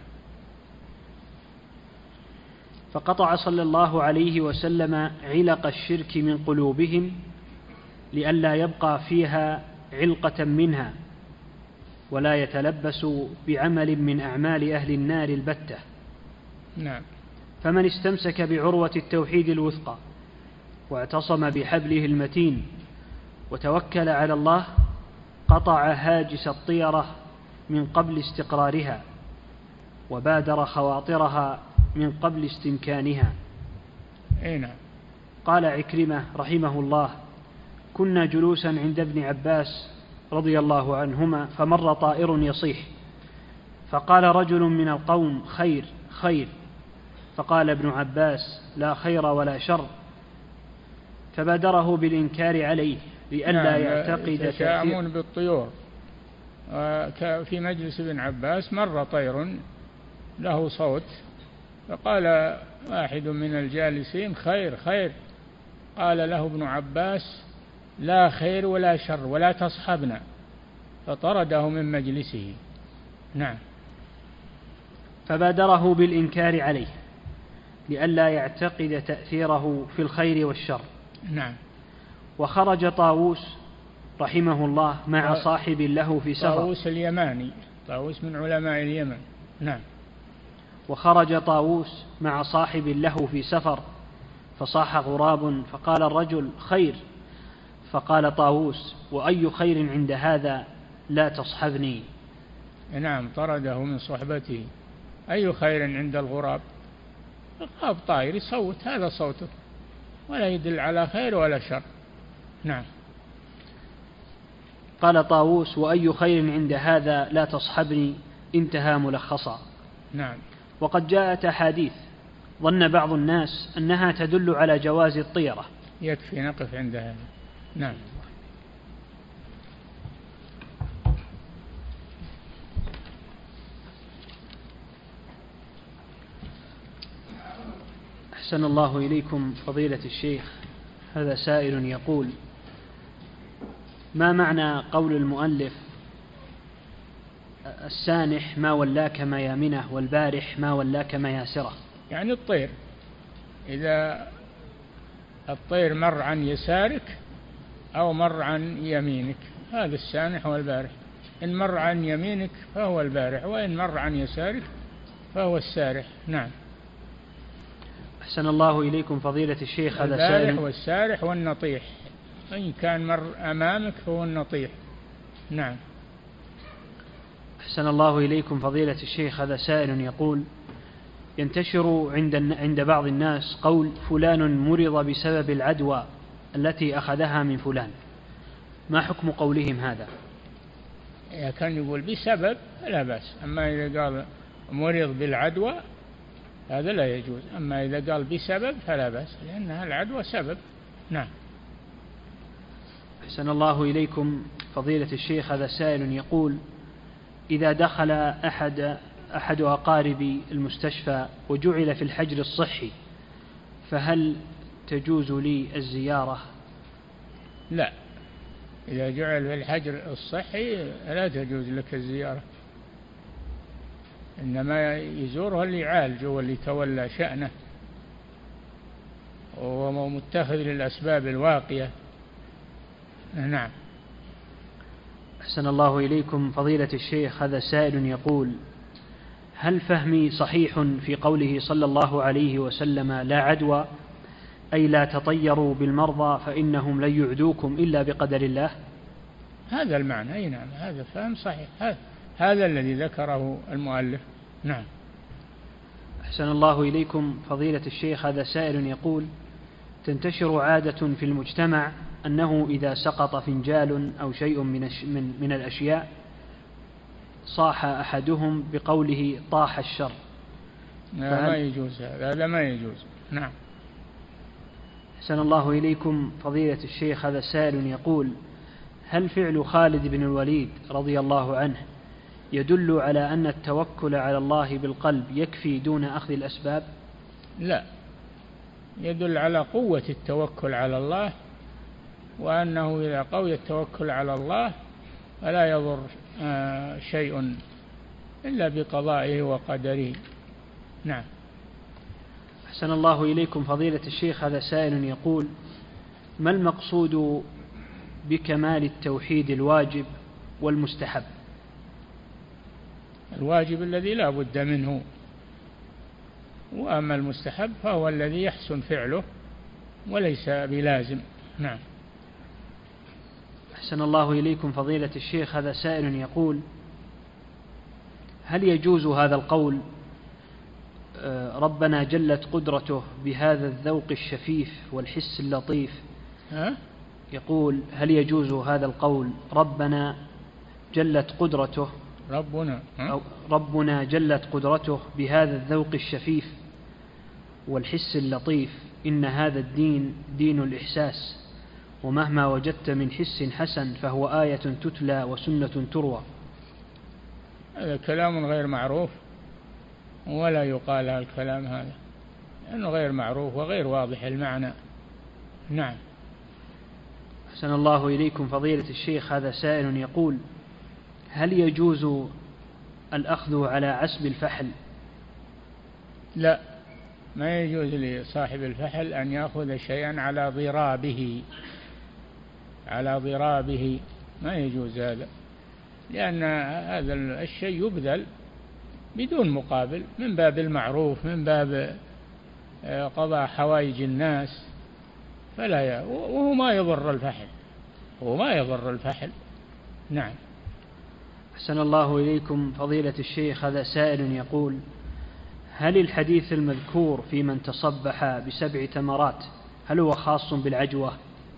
فقطع صلى الله عليه وسلم علق الشرك من قلوبهم لئلا يبقى فيها علقة منها ولا يتلبس بعمل من أعمال أهل النار البتة. نعم. فمن استمسك بعروة التوحيد الوثقى واعتصم بحبله المتين وتوكل على الله قطع هاجس الطيرة من قبل استقرارها وبادر خواطرها من قبل استمكانها. نعم. قال عكرمة رحمه الله: كنا جلوسا عند ابن عباس رضي الله عنهما فمر طائر يصيح، فقال رجل من القوم: خير خير. فقال ابن عباس: لا خير ولا شر. فبادره بالإنكار عليه لئلا يعتقد يتشاءمون بالطيور. في مجلس ابن عباس مر طير له صوت، فقال واحد من الجالسين: خير خير. قال له ابن عباس: لا خير ولا شر ولا تصحبنا، فطرده من مجلسه. نعم. فبادره بالإنكار عليه لئلا يعتقد تأثيره في الخير والشر. نعم. وخرج طاووس رحمه الله مع صاحب له في سفر. طاووس اليماني، طاووس من علماء اليمن. نعم. وخرج طاووس مع صاحب له في سفر فصاح غراب فقال الرجل: خير. فقال طاووس: وأي خير عند هذا، لا تصحبني. نعم، طرده من صحبته. أي خير عند الغراب؟ الغراب طائر يصوت، هذا صوته ولا يدل على خير ولا شر. نعم. قال طاووس: وأي خير عند هذا، لا تصحبني. انتهى ملخصا. نعم. وقد جاءت أحاديث ظن بعض الناس أنها تدل على جواز الطيرة. يكفي نقف عند هذا. نعم. أحسن الله إليكم فضيلة الشيخ. هذا سائل يقول: ما معنى قول المؤلف: السانح ما ولاك ميامنه والبارح ما ولاك مياسره؟ يعني الطير، إذا الطير مر عن يسارك أو مر عن يمينك، هذا السانح والبارح. إن مر عن يمينك فهو البارح، وإن مر عن يسارك فهو السارح. نعم. أحسن الله إليكم فضيلة الشيخ. هذا البارح والسارح والنطيح، إن كان مر أمامك فهو النطيح. نعم. أحسن الله إليكم فضيلة الشيخ. هذا سائل يقول: ينتشر عند بعض الناس قول فلان مرض بسبب العدوى التي أخذها من فلان، ما حكم قولهم هذا؟ إذا كان يقول بسبب لا بأس، أما إذا قال مرض بالعدوى هذا لا يجوز، أما إذا قال بسبب فلا بأس، لأنها العدوى سبب. نعم. أحسن الله إليكم فضيلة الشيخ. هذا سائل يقول: إذا دخل أحد أقارب المستشفى وجعل في الحجر الصحي فهل تجوز لي الزيارة؟ لا، إذا جعل في الحجر الصحي لا تجوز لك الزيارة، إنما يزوره اللي يعالجه واللي تولى شأنه وهو متخذ للأسباب الواقية. نعم. أحسن الله إليكم فضيلة الشيخ. هذا سائل يقول: هل فهمي صحيح في قوله صلى الله عليه وسلم: لا عدوى، أي لا تطيروا بالمرضى فإنهم لن يعدوكم إلا بقدر الله؟ هذا المعنى. أي نعم، هذا فهم صحيح، هذا الذي ذكره المؤلف. نعم. أحسن الله إليكم فضيلة الشيخ، هذا سائل يقول: تنتشر عادة في المجتمع أنه إذا سقط فنجال أو شيء من الأشياء صاح أحدهم بقوله طاح الشر. ما يجوز هذا ما يجوز. نعم. أحسن الله إليكم فضيلة الشيخ، هذا سائل يقول: هل فعل خالد بن الوليد رضي الله عنه يدل على أن التوكل على الله بالقلب يكفي دون أخذ الأسباب؟ لا، يدل على قوة التوكل على الله، وأنه إذا قوي التوكل على الله فلا يضر شيء إلا بقضائه وقدره. نعم. أحسن الله إليكم فضيلة الشيخ، هذا سائل يقول: ما المقصود بكمال التوحيد الواجب والمستحب؟ الواجب الذي لا بد منه، وأما المستحب فهو الذي يحسن فعله وليس بلازم. نعم. أحسن الله إليكم فضيلة الشيخ، هذا سائل يقول: هل يجوز هذا القول ربنا جلت قدرته بهذا الذوق الشفيف والحس اللطيف؟ يقول: هل يجوز هذا القول ربنا جلت قدرته ربنا جلت قدرته بهذا الذوق الشفيف والحس اللطيف، إن هذا الدين دين الإحساس، ومهما وجدت من حس حسن فهو آية تتلى وسنة تروى؟ هذا كلام غير معروف، ولا يقال الكلام هذا لأنه غير معروف وغير واضح المعنى. نعم. أحسن الله إليكم فضيلة الشيخ، هذا سائل يقول: هل يجوز الأخذ على عسب الفحل؟ لا، ما يجوز لصاحب الفحل أن يأخذ شيئا على ضرابه، ما يجوز هذا، لأن هذا الشيء يبذل بدون مقابل من باب المعروف، من باب قضاء حوائج الناس، وهو ما يضر الفحل. نعم. أحسن الله إليكم فضيلة الشيخ، هذا سائل يقول: هل الحديث المذكور في من تصبح ب7 تمرات هل هو خاص بالعجوة؟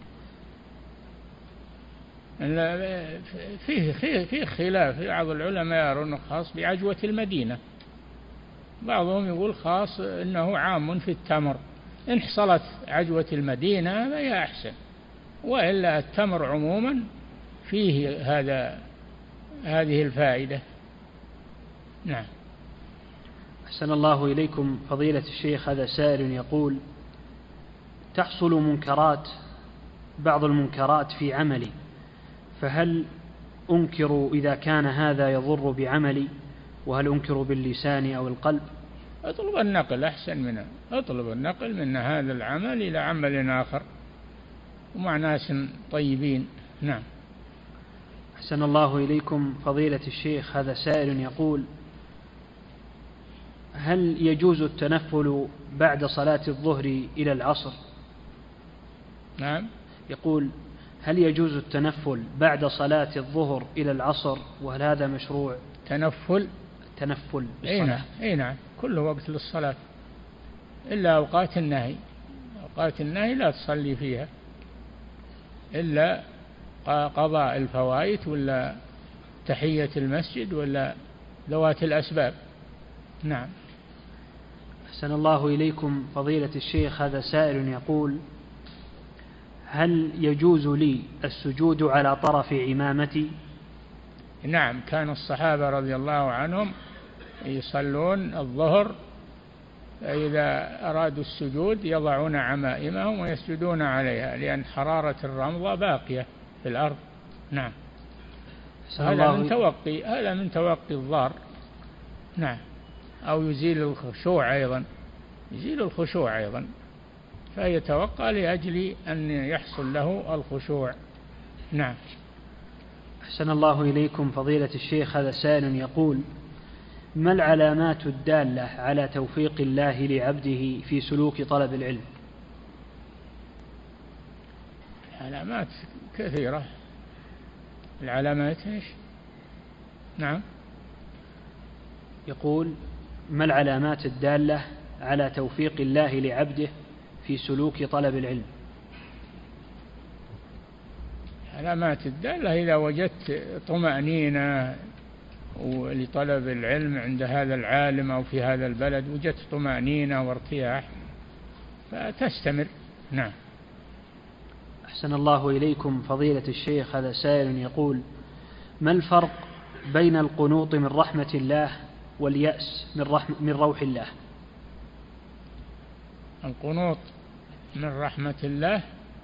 فيه خلاف، بعض العلماء يرون خاص بعجوة المدينة، بعضهم يقول خاص إنه عام في التمر، إن حصلت عجوة المدينة فهي أحسن، وإلا التمر عموما فيه هذه الفائدة. نعم. أحسن الله إليكم فضيلة الشيخ، هذا سائل يقول: تحصل بعض المنكرات في عملي، فهل أنكر إذا كان هذا يضر بعملي، وهل أنكر باللسان أو القلب؟ اطلب النقل أحسن اطلب النقل من هذا العمل إلى عمل آخر ومع ناس طيبين. نعم. أحسن الله إليكم فضيلة الشيخ، هذا سائل يقول: هل يجوز التنفل بعد صلاة الظهر إلى العصر؟ نعم. يقول: هل يجوز التنفل بعد صلاة الظهر إلى العصر، وهل هذا مشروع؟ تنفل بالصلاة. أي نعم، كل وقت للصلاة إلا أوقات النهي لا تصلي فيها إلا قضاء الفوائت ولا تحية المسجد ولا ذوات الأسباب. نعم. أحسن الله إليكم فضيلة الشيخ، هذا سائل يقول: هل يجوز لي السجود على طرف عمامتي؟ نعم، كان الصحابة رضي الله عنهم يصلون الظهر، فإذا أرادوا السجود يضعون عمائمهم ويسجدون عليها، لأن حرارة الرمضة باقية في الأرض. نعم. هذا من توقي الضار. نعم. أو يزيل الخشوع أيضا، فيتوقع لأجل أن يحصل له الخشوع. نعم. أحسن الله إليكم فضيلة الشيخ، هذا سائل يقول: ما العلامات الدالة على توفيق الله لعبده في سلوك طلب العلم؟ علامات كثيرة. العلامات إيش؟ نعم. يقول: ما العلامات الدالة على توفيق الله لعبده في سلوك طلب العلم؟ علامات الدالة إذا وجدت طمأنينة لطلب العلم عند هذا العالم أو في هذا البلد، وجدت طمأنينة وارتياح فتستمر. نعم. أحسن الله إليكم فضيلة الشيخ، هذا سائل يقول: ما الفرق بين القنوط من رحمة الله واليأس من روح الله؟ القنوط من رحمة الله: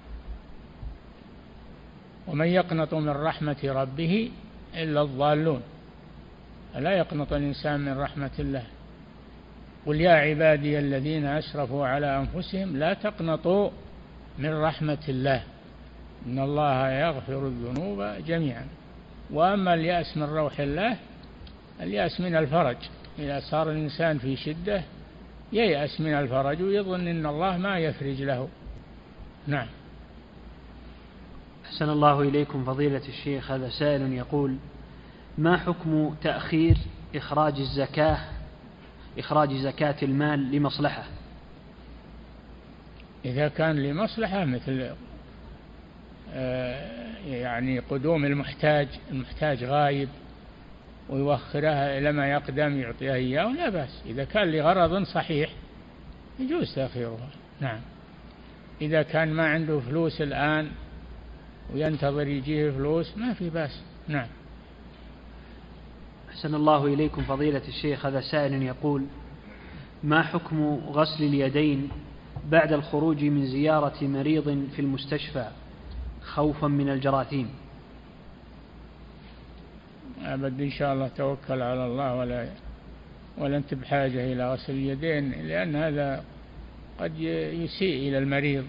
ومن يقنط من رحمة ربه إلا الضالون. لا يقنط الإنسان من رحمة الله. قل يا عبادي الذين أسرفوا على أنفسهم لا تقنطوا من رحمة الله إن الله يغفر الذنوب جميعا. وأما اليأس من روح الله، اليأس من الفرج. إذا صار الإنسان في شدة ييأس من الفرج ويظن أن الله ما يفرج له. نعم. أحسن الله إليكم فضيلة الشيخ، هذا سائل يقول: ما حكم تأخير إخراج زكاة المال لمصلحة؟ إذا كان لمصلحة مثل يعني قدوم المحتاج غايب ويوخرها إلى ما يقدم يعطيها إياه لا بأس. إذا كان لغرض صحيح يجوز تأخيرها. نعم. إذا كان ما عنده فلوس الآن وينتظر يجيه فلوس ما في بأس. نعم. أحسن الله إليكم فضيلة الشيخ، هذا سائل يقول: ما حكم غسل اليدين بعد الخروج من زيارة مريض في المستشفى خوفا من الجراثيم؟ أبد إن شاء الله توكل على الله ولا أنت بحاجة إلى غسل اليدين، لأن هذا قد يسيء إلى المريض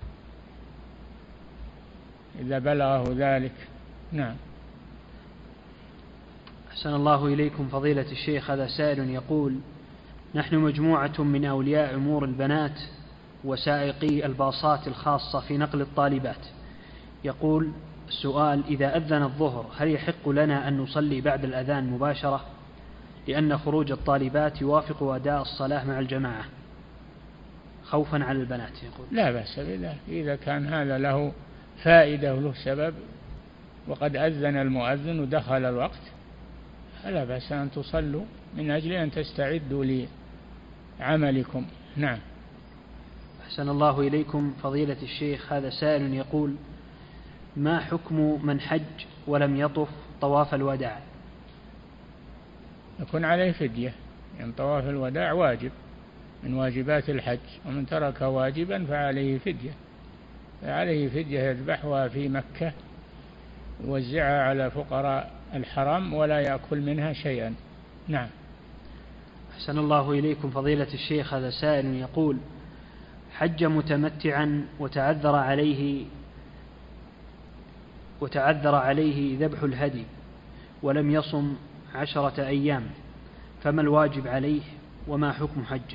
إذا بلغه ذلك. نعم. أحسن الله إليكم فضيلة الشيخ، هذا سائل يقول: نحن مجموعة من أولياء أمور البنات وسائقي الباصات الخاصة في نقل الطالبات. يقول السؤال: إذا أذن الظهر هل يحق لنا أن نصلي بعد الأذان مباشرة، لأن خروج الطالبات يوافق أداء الصلاة مع الجماعة خوفا على البنات؟ يقول لا بأس بذلك إذا كان هذا له فائدة وله سبب وقد أذن المؤذن ودخل الوقت، فلا بأس أن تصلوا من أجل أن تستعدوا لعملكم. نعم. أحسن الله إليكم فضيلة الشيخ، هذا سائل يقول: ما حكم من حج ولم يطف طواف الوداع؟ يكون عليه فدية، يعني طواف الوداع واجب من واجبات الحج، ومن ترك واجبا فعليه فدية يذبحها في مكة يوزعها على فقراء الحرم ولا يأكل منها شيئا. نعم. أحسن الله إليكم فضيلة الشيخ، هذا سائل يقول: حج متمتعا وتعذر عليه ذبح الهدي ولم يصم 10 أيام، فما الواجب عليه وما حكم حجه؟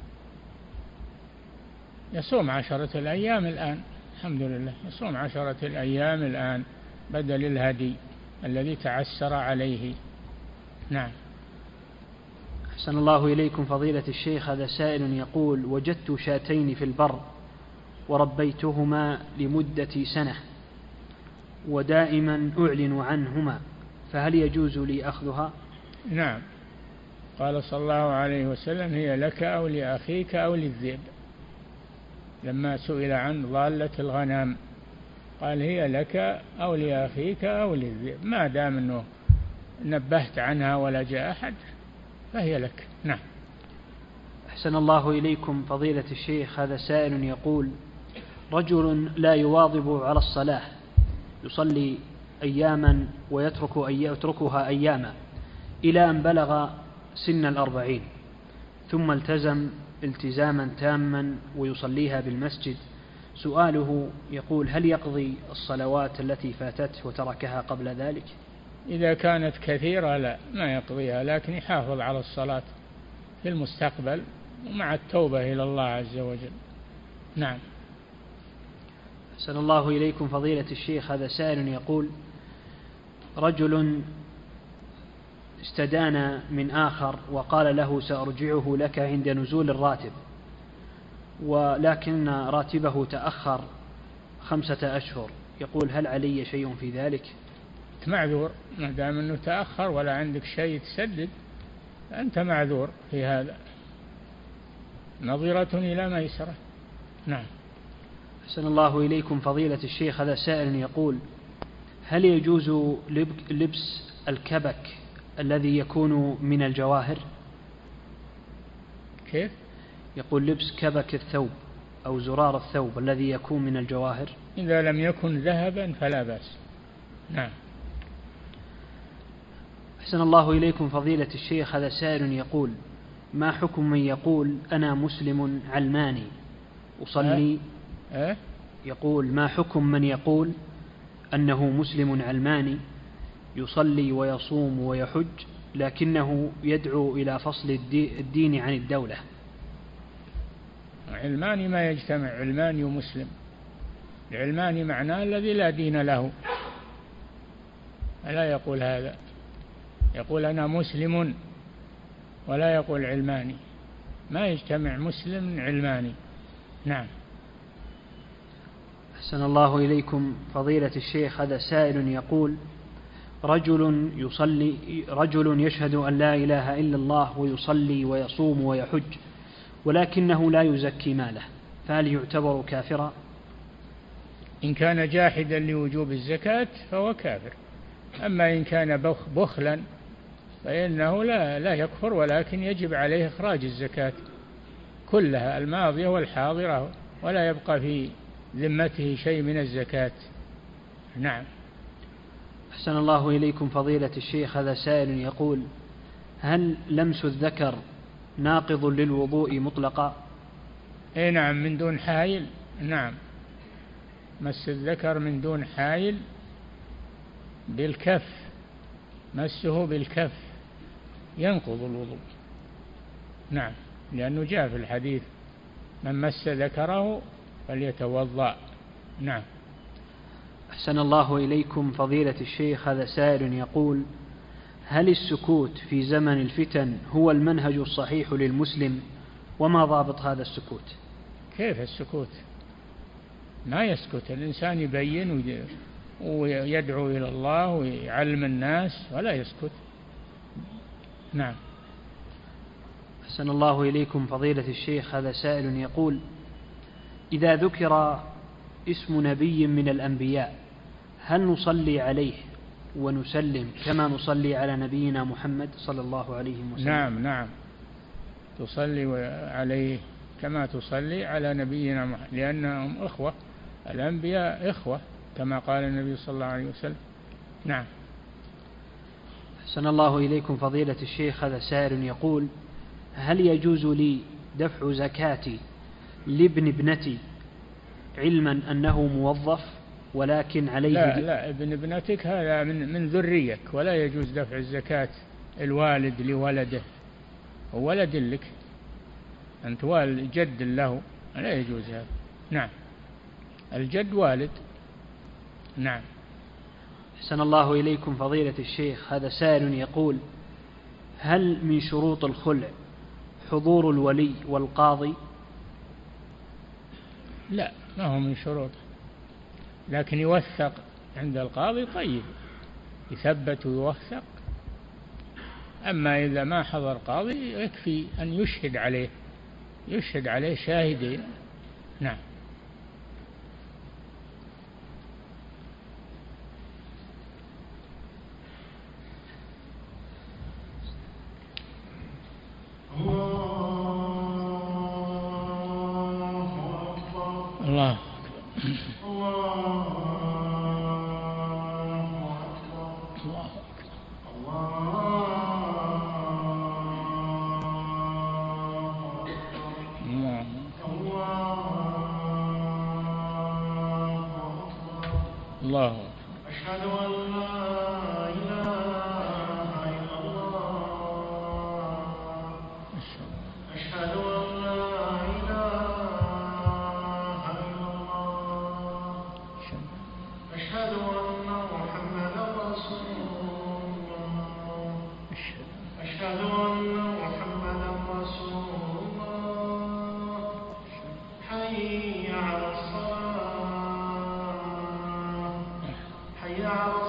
يصوم 10 الأيام الآن، الحمد لله، يصوم 10 الأيام الآن بدل الهدي الذي تعسر عليه. نعم. أحسن الله إليكم فضيلة الشيخ، هذا سائل يقول: وجدت شاتين في البر وربيتهما لمدة سنة ودائما أعلن عنهما، فهل يجوز لي أخذها؟ نعم. قال صلى الله عليه وسلم: هي لك أو لأخيك أو للذئب. لما سئل عن ضالة الغنم قال: هي لك أو لأخيك أو للذئب، ما دام أنه نبهت عنها ولا جاء أحد فهي لك. نعم. أحسن الله إليكم فضيلة الشيخ، هذا سائل يقول: رجل لا يواظب على الصلاة، يصلي أياما ويتركها أياما إلى أن بلغ سن 40، ثم التزم التزاما تاما ويصليها بالمسجد. سؤاله يقول: هل يقضي الصلوات التي فاتته وتركها قبل ذلك؟ إذا كانت كثيرة لا، ما يقضيها، لكن يحافظ على الصلاة في المستقبل ومع التوبة إلى الله عز وجل. نعم. أحسن الله إليكم فضيلة الشيخ، هذا سائل يقول: رجل استدان من آخر وقال له سأرجعه لك عند نزول الراتب، ولكن راتبه تأخر 5 أشهر، يقول هل علي شيء في ذلك؟ معذور ما دام أنه تأخر ولا عندك شيء تسدد، أنت معذور في هذا، نظرة إلى ميسرة. نعم. أحسن الله إليكم فضيلة الشيخ، هذا سائل يقول هل يجوز لبس الكبك الذي يكون من الجواهر؟ كيف؟ يقول لبس كبك الثوب أو زرار الثوب الذي يكون من الجواهر. إذا لم يكن ذهبا فلا بأس. نعم. أحسن الله إليكم فضيلة الشيخ، هذا سائل يقول ما حكم من يقول أنا مسلم علماني أصلي يقول ما حكم من يقول أنه مسلم علماني يصلي ويصوم ويحج لكنه يدعو إلى فصل الدين عن الدولة؟ علماني ما يجتمع علماني ومسلم. العلماني معناه الذي لا دين له، لا يقول هذا، يقول أنا مسلم ولا يقول علماني، ما يجتمع مسلم علماني. نعم. أحسن الله إليكم فضيلة الشيخ، هذا سائل يقول رجل يشهد أن لا إله إلا الله ويصلي ويصوم ويحج ولكنه لا يزكي ماله، فهل يعتبر كافرا؟ إن كان جاحدا لوجوب الزكاة فهو كافر، أما إن كان بخلا فإنه لا يكفر، ولكن يجب عليه إخراج الزكاة كلها الماضية والحاضرة، ولا يبقى في ذمته شيء من الزكاة. نعم. أحسن الله إليكم فضيلة الشيخ، هذا سائل يقول هل لمس الذكر ناقض للوضوء مطلقا؟ أي نعم، من دون حائل. نعم، مس الذكر من دون حائل بالكف، مسه بالكف ينقض الوضوء. نعم، لأنه جاء في الحديث من مس ذكره فليتوضأ. نعم. أحسن الله إليكم فضيلة الشيخ، هذا سائل يقول هل السكوت في زمن الفتن هو المنهج الصحيح للمسلم، وما ضابط هذا السكوت؟ كيف السكوت؟ ما يسكت الإنسان، يبين ويدعو إلى الله ويعلم الناس ولا يسكت. نعم. أحسن الله إليكم فضيلة الشيخ، هذا سائل يقول إذا ذكر اسم نبي من الأنبياء هل نصلي عليه ونسلم كما نصلي على نبينا محمد صلى الله عليه وسلم؟ نعم نعم، تصلي عليه كما تصلي على نبينا محمد، لأنهم إخوة، الأنبياء إخوة كما قال النبي صلى الله عليه وسلم. نعم. أحسن الله إليكم فضيلة الشيخ، هذا سائل يقول هل يجوز لي دفع زكاتي لابن ابنتي علما أنه موظف ولكن عليه؟ لا ابن ابنتك هذا من ذريك، ولا يجوز دفع الزكاة الوالد لولده، هو ولد لك أنت، والد جد له، لا يجوز هذا. نعم، الجد والد. نعم. أحسن الله إليكم فضيلة الشيخ، هذا سائل يقول هل من شروط الخلع حضور الولي والقاضي؟ لا، ما هو من شروط، لكن يوثق عند القاضي طيب، يثبت ويوثق. أما إذا ما حضر قاضي يكفي أن يشهد عليه شاهدين. نعم. الله. الله. أشهد أن لا إله إلا الله. أشهد أن لا إله إلا الله. أشهد أن محمدا رسول الله. على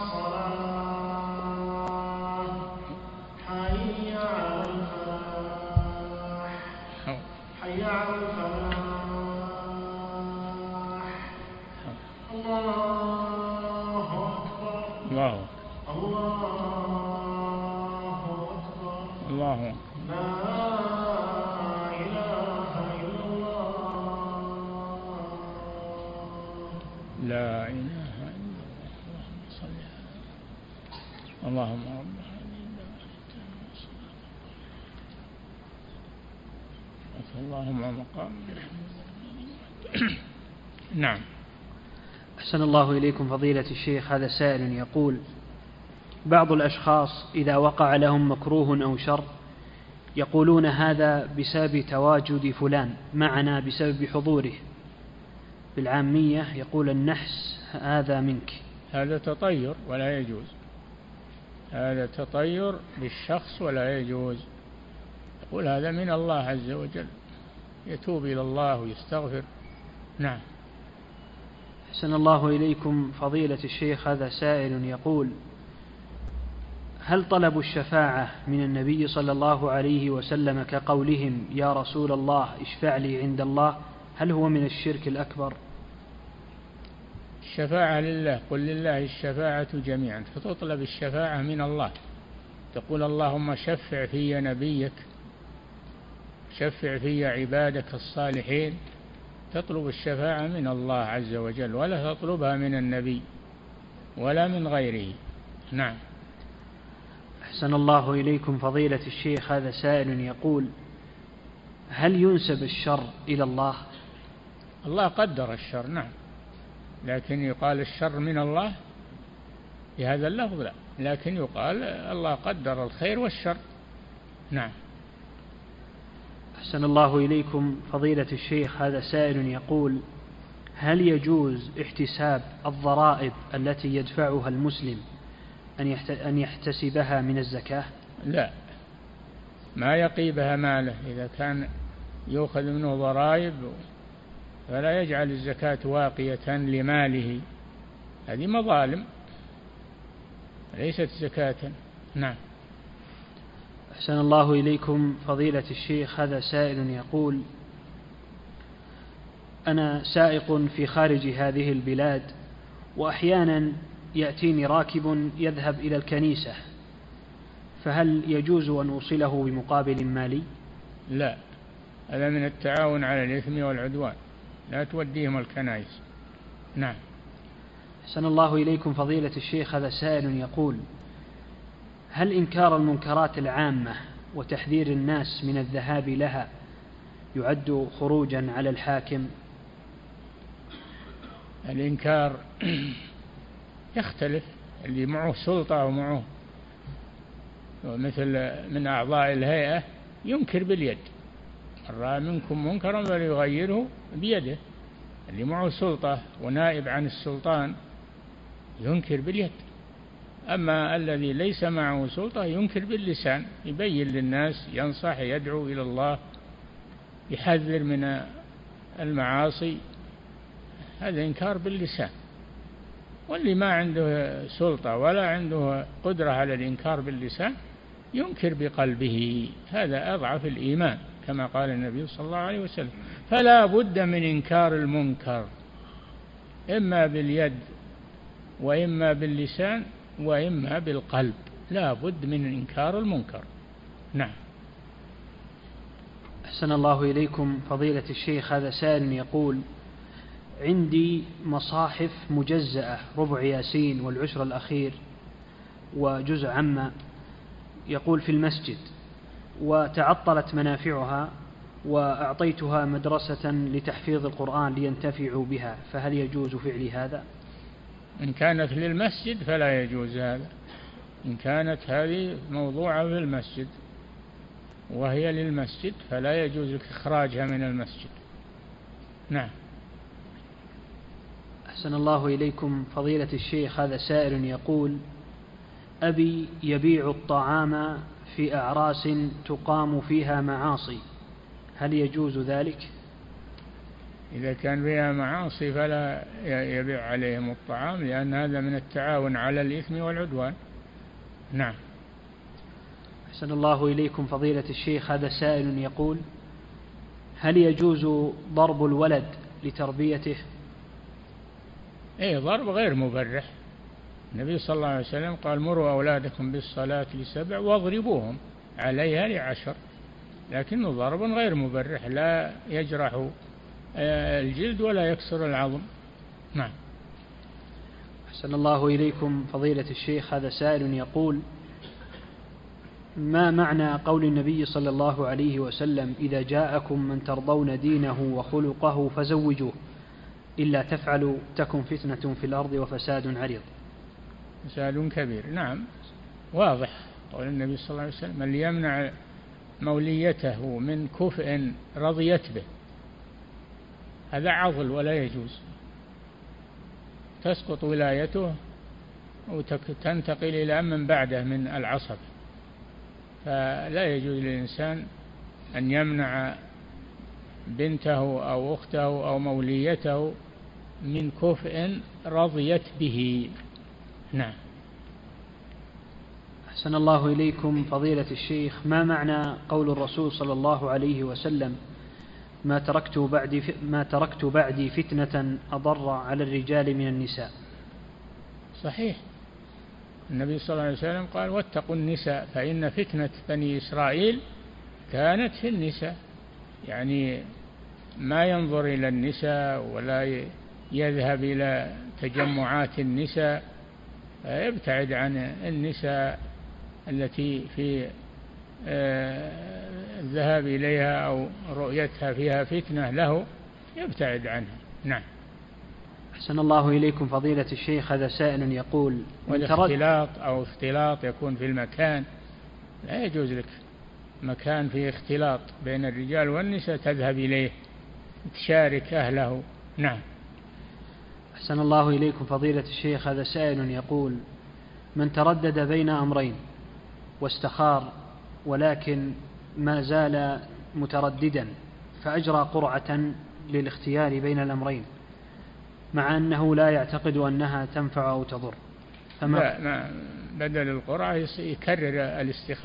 الصلاة حي على الفلاح حي على الفلاح الله أكبر الله الله أكبر الله لا إله إلا الله لا إله إلا الله. اللهم صل على اللهم رب هذه الدعوة التامة والصلاة اللهم مقام نعم. أحسن الله إليكم فضيلة الشيخ. هذا سائل يقول: بعض الأشخاص إذا وقع لهم مكروه أو شر يقولون هذا بسبب تواجد فلان معنا بسبب حضوره، بالعامية يقول النحس هذا منك. هذا تطير ولا يجوز، هذا تطير بالشخص ولا يجوز. يقول هذا من الله عز وجل، يتوب إلى الله ويستغفر. نعم. أحسن الله إليكم فضيلة الشيخ. هذا سائل يقول: هل طلب الشفاعة من النبي صلى الله عليه وسلم كقولهم يا رسول الله اشفع لي عند الله، هل هو من الشرك الأكبر؟ الشفاعة لله، قل لله الشفاعة جميعا، فتطلب الشفاعة من الله. تقول اللهم شفع في نبيك، شفع في عبادك الصالحين، تطلب الشفاعة من الله عز وجل، ولا تطلبها من النبي ولا من غيره. نعم. أحسن الله إليكم فضيلة الشيخ. هذا سائل يقول: هل ينسب الشر إلى الله؟ الله قدر الشر، نعم، لكن يقال الشر من الله بهذا اللفظ لا، لكن يقال الله قدر الخير والشر. نعم. أحسن الله إليكم فضيلة الشيخ. هذا سائل يقول: هل يجوز احتساب الضرائب التي يدفعها المسلم أن يحتسبها من الزكاة؟ لا، ما يقيبها ماله. إذا كان يأخذ منه ضرائب فلا يجعل الزكاة واقية لماله، هذه مظالم ليست زكاة. نعم. أحسن الله إليكم فضيلة الشيخ. هذا سائل يقول: أنا سائق في خارج هذه البلاد، وأحيانا يأتيني راكب يذهب إلى الكنيسة، فهل يجوز أن أوصله بمقابل مالي؟ لا، هذا من التعاون على الإثم والعدوان، لا توديهم الكنائس. نعم. أحسن الله إليكم فضيلة الشيخ. هذا سائل يقول: هل إنكار المنكرات العامة وتحذير الناس من الذهاب لها يعد خروجا على الحاكم؟ الإنكار يختلف، اللي معه سلطة ومعه مثل من أعضاء الهيئة ينكر باليد، من رأى منكم منكرا فليغيره بيده. اللي معه سلطة ونائب عن السلطان ينكر باليد. أما الذي ليس معه سلطة ينكر باللسان، يبين للناس، ينصح، يدعو إلى الله، يحذر من المعاصي، هذا إنكار باللسان. واللي ما عنده سلطة ولا عنده قدرة على الإنكار باللسان ينكر بقلبه، هذا أضعف الإيمان كما قال النبي صلى الله عليه وسلم. فلا بد من إنكار المنكر، إما باليد وإما باللسان وإما بالقلب، لا بد من إنكار المنكر. نعم. أحسن الله إليكم فضيلة الشيخ. هذا سائل يقول: عندي مصاحف مجزأة ربع ياسين والعشر الأخير وجزء عما، يقول في المسجد، وتعطلت منافعها وأعطيتها مدرسة لتحفيظ القرآن لينتفعوا بها، فهل يجوز فعل هذا؟ إن كانت للمسجد فلا يجوز هذا. إن كانت هذه موضوعة في المسجد وهي للمسجد فلا يجوز لك إخراجها من المسجد. نعم. أحسن الله إليكم فضيلة الشيخ. هذا سائل يقول: أبي يبيع الطعام في أعراس تقام فيها معاصي، هل يجوز ذلك؟ إذا كان فيها معاصي فلا يبيع عليهم الطعام، لأن هذا من التعاون على الإثم والعدوان. نعم. أحسن الله إليكم فضيلة الشيخ، هذا سائل يقول: هل يجوز ضرب الولد لتربيته؟ ضرب غير مبرح. النبي صلى الله عليه وسلم قال: مروا أولادكم بالصلاة ل7 واضربوهم عليها ل10. لكنه ضرب غير مبرح، لا يجرح الجلد ولا يكسر العظم. نعم. أحسن الله إليكم فضيلة الشيخ، هذا سائل يقول: ما معنى قول النبي صلى الله عليه وسلم: إذا جاءكم من ترضون دينه وخلقه فزوجوه، إلا تفعلوا تكن فتنة في الأرض وفساد عريض؟ فساد كبير. نعم، واضح قول النبي صلى الله عليه وسلم: من يمنع موليته من كفء رضيت به، هذا عضل ولا يجوز، تسقط ولايته وتنتقل إلى من بعده من العصب. فلا يجوز للإنسان أن يمنع بنته أو أخته أو موليته من كفء رضيت به. نعم. أحسن الله إليكم فضيلة الشيخ، ما معنى قول الرسول صلى الله عليه وسلم: ما تركت بعدي فتنة أضر على الرجال من النساء؟ صحيح، النبي صلى الله عليه وسلم قال: واتقوا النساء فإن فتنة بني إسرائيل كانت في النساء. يعني ما ينظر إلى النساء ولا يذهب إلى تجمعات النساء، يبتعد عن النساء التي في الذهاب إليها أو رؤيتها فيها فتنة له، يبتعد عنها. نعم. أحسن الله إليكم فضيلة الشيخ، هذا سائل يقول: والاختلاط أو اختلاط يكون في المكان، لا يجوز لك مكان فيه اختلاط بين الرجال والنساء تذهب إليه تشارك أهله. نعم. أحسن الله إليكم فضيلة الشيخ، هذا سائل يقول: من تردد بين أمرين واستخار ولكن ما زال مترددا، فأجرى قرعة للاختيار بين الأمرين مع أنه لا يعتقد أنها تنفع أو تضر، لا، بدل القرعة يكرر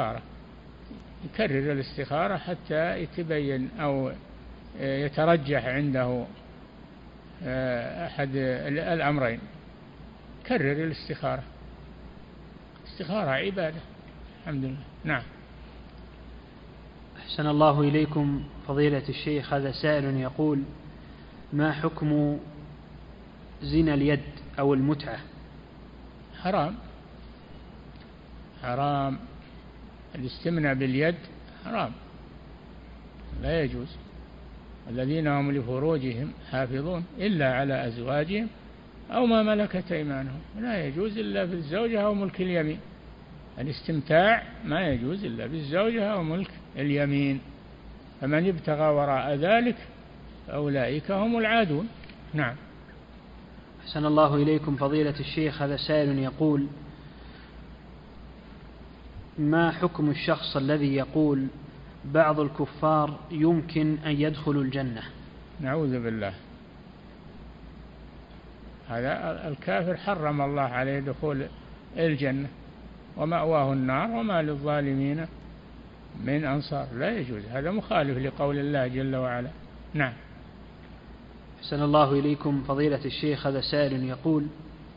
الاستخارة حتى يتبين أو يترجح عنده أحد الأمرين. كرر الاستخارة عبادة. الحمد لله. نعم. أحسن الله إليكم فضيلة الشيخ، هذا سائل يقول: ما حكم زنا اليد أو المتعة؟ حرام. الاستمناء باليد حرام، لا يجوز. الذين هم لفروجهم حافظون إلا على أزواجهم أو ما ملكت أيمانهم، لا يجوز إلا بالزوجة أو ملك اليمين. الاستمتاع ما يجوز إلا بالزوجة أو ملك اليمين، فمن ابتغى وراء ذلك فأولئك هم العادون. نعم. أحسن الله إليكم فضيلة الشيخ، هذا سائل يقول: ما حكم الشخص الذي يقول بعض الكفار يمكن أن يدخلوا الجنة؟ نعوذ بالله، هذا الكافر حرم الله عليه دخول الجنة ومأواه النار وما للظالمين من أنصار. لا يجوز، هذا مخالف لقول الله جل وعلا. نعم. أحسن الله إليكم فضيلة الشيخ، هذا سائل يقول: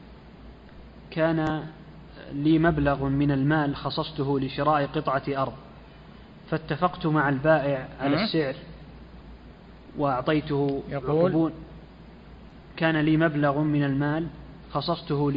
كان لي مبلغ من المال خصصته لشراء قطعة أرض، فاتفقت مع البائع على السعر وأعطيته عربون. كان لي مبلغ من المال خصصته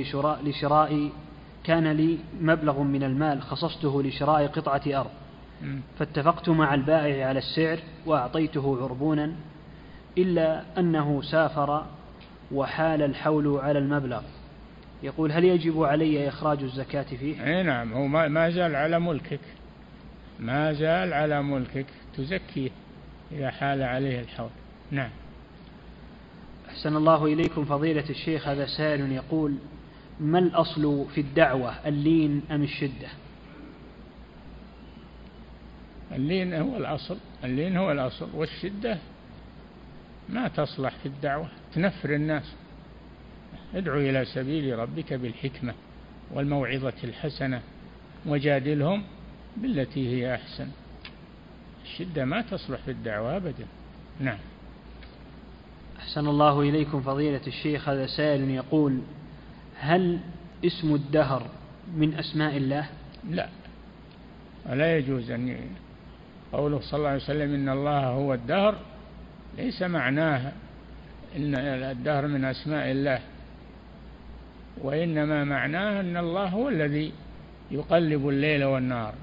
لشراء قطعة أرض، فاتفقت مع البائع على السعر وأعطيته عربونا، إلا أنه سافر وحال الحول على المبلغ. يقول: هل يجب علي إخراج الزكاة فيه؟ نعم، هو ما زال على ملكك، تزكيه إذا حال عليه الحول. نعم. أحسن الله إليكم فضيلة الشيخ، هذا سائل يقول: ما الأصل في الدعوة، اللين أم الشدة؟ اللين هو الأصل، والشدة ما تصلح في الدعوة، تنفر الناس. ادعو إلى سبيل ربك بالحكمة والموعظة الحسنة وجادلهم بالتي هي أحسن. الشدة ما تصلح في الدعوة أبدا. نعم. أحسن الله إليكم فضيلة الشيخ، هذا سائل يقول: هل اسم الدهر من أسماء الله؟ لا، ولا يجوز أن قوله صلى الله عليه وسلم إن الله هو الدهر ليس معناه إن الدهر من أسماء الله، وإنما معناه أن الله هو الذي يقلب الليل والنهار.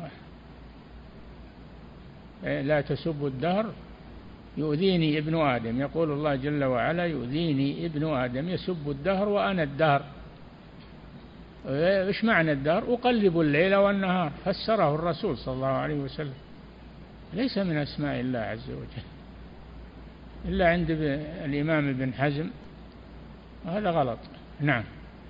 لا تسبوا الدهر يؤذيني ابن آدم، يقول الله جل وعلا: يؤذيني ابن آدم يسب الدهر وأنا الدهر. إيش معنى الدهر؟ أقلب الليل والنهار، فسره الرسول صلى الله عليه وسلم. ليس من أسماء الله عز وجل إلا عند الإمام ابن حزم، وهذا غلط. نعم.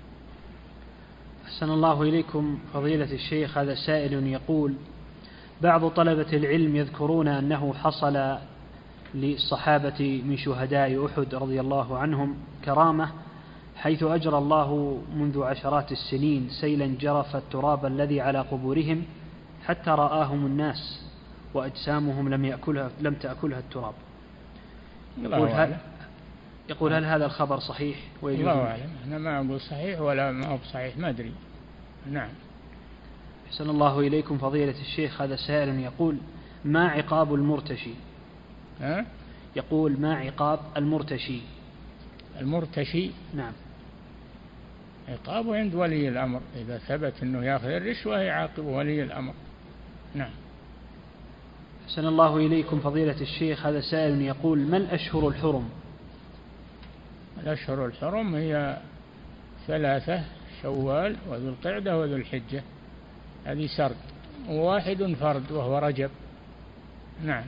أحسن الله إليكم فضيلة الشيخ، هذا سائل يقول: بعض طلبة العلم يذكرون أنه حصل للصحابة من شهداء أحد رضي الله عنهم كرامة، حيث أجرى الله منذ عشرات السنين سيلا جرف التراب الذي على قبورهم حتى رآهم الناس وأجسامهم لم تأكلها التراب. يقول هل هذا الخبر صحيح؟ الله أعلم، أنا ما أقول صحيح ولا ما هو صحيح، ما أدري. نعم. أحسن الله إليكم فضيلة الشيخ، هذا سائل يقول: ما عقاب المرتشي؟ يقول: ما عقاب المرتشي؟ المرتشي؟ نعم. عقابه عند ولي الأمر، إذا ثبت أنه يأخذ الرشوة يعاقب ولي الأمر. نعم. أحسن الله إليكم فضيلة الشيخ، هذا سائل يقول: ما الأشهر الحرم؟ الأشهر الحرم هي 3: شوال وذو القعدة وذو الحجة، هذه سرد، وواحد فرد وهو رجب. نعم.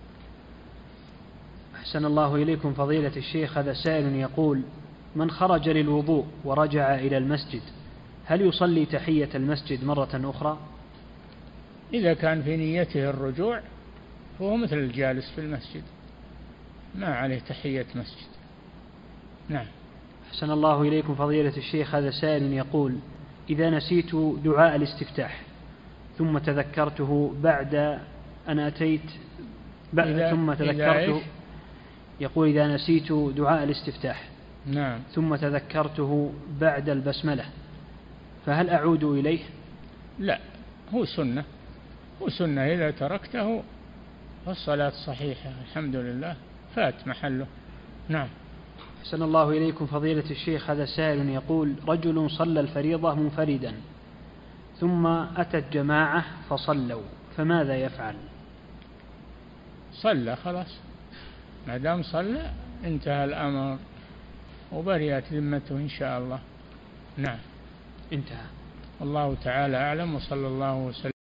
أحسن الله إليكم فضيلة الشيخ، هذا سائل يقول: من خرج للوضوء ورجع إلى المسجد هل يصلي تحية المسجد مرة أخرى؟ إذا كان في نيته الرجوع فهو مثل الجالس في المسجد، ما عليه تحية مسجد. نعم. أحسن الله إليكم فضيلة الشيخ، هذا سائل يقول: إذا نسيت دعاء الاستفتاح ثم تذكرته بعد أن أتيت ثم تذكرته، يقول: إذا نسيت دعاء الاستفتاح نعم ثم تذكرته بعد البسملة فهل أعود إليه؟ لا، هو سنة إذا تركته فالصلاة صحيحة الحمد لله، فات محله. نعم. أحسن الله إليكم فضيلة الشيخ، هذا سائل يقول: رجل صلى الفريضة منفردا ثم أتت جماعة فصلوا، فماذا يفعل؟ صلى خلاص، ما دام صلى انتهى الأمر وبرئت ذمته إن شاء الله. نعم. انتهى. الله تعالى أعلم، وصلى الله وسلم.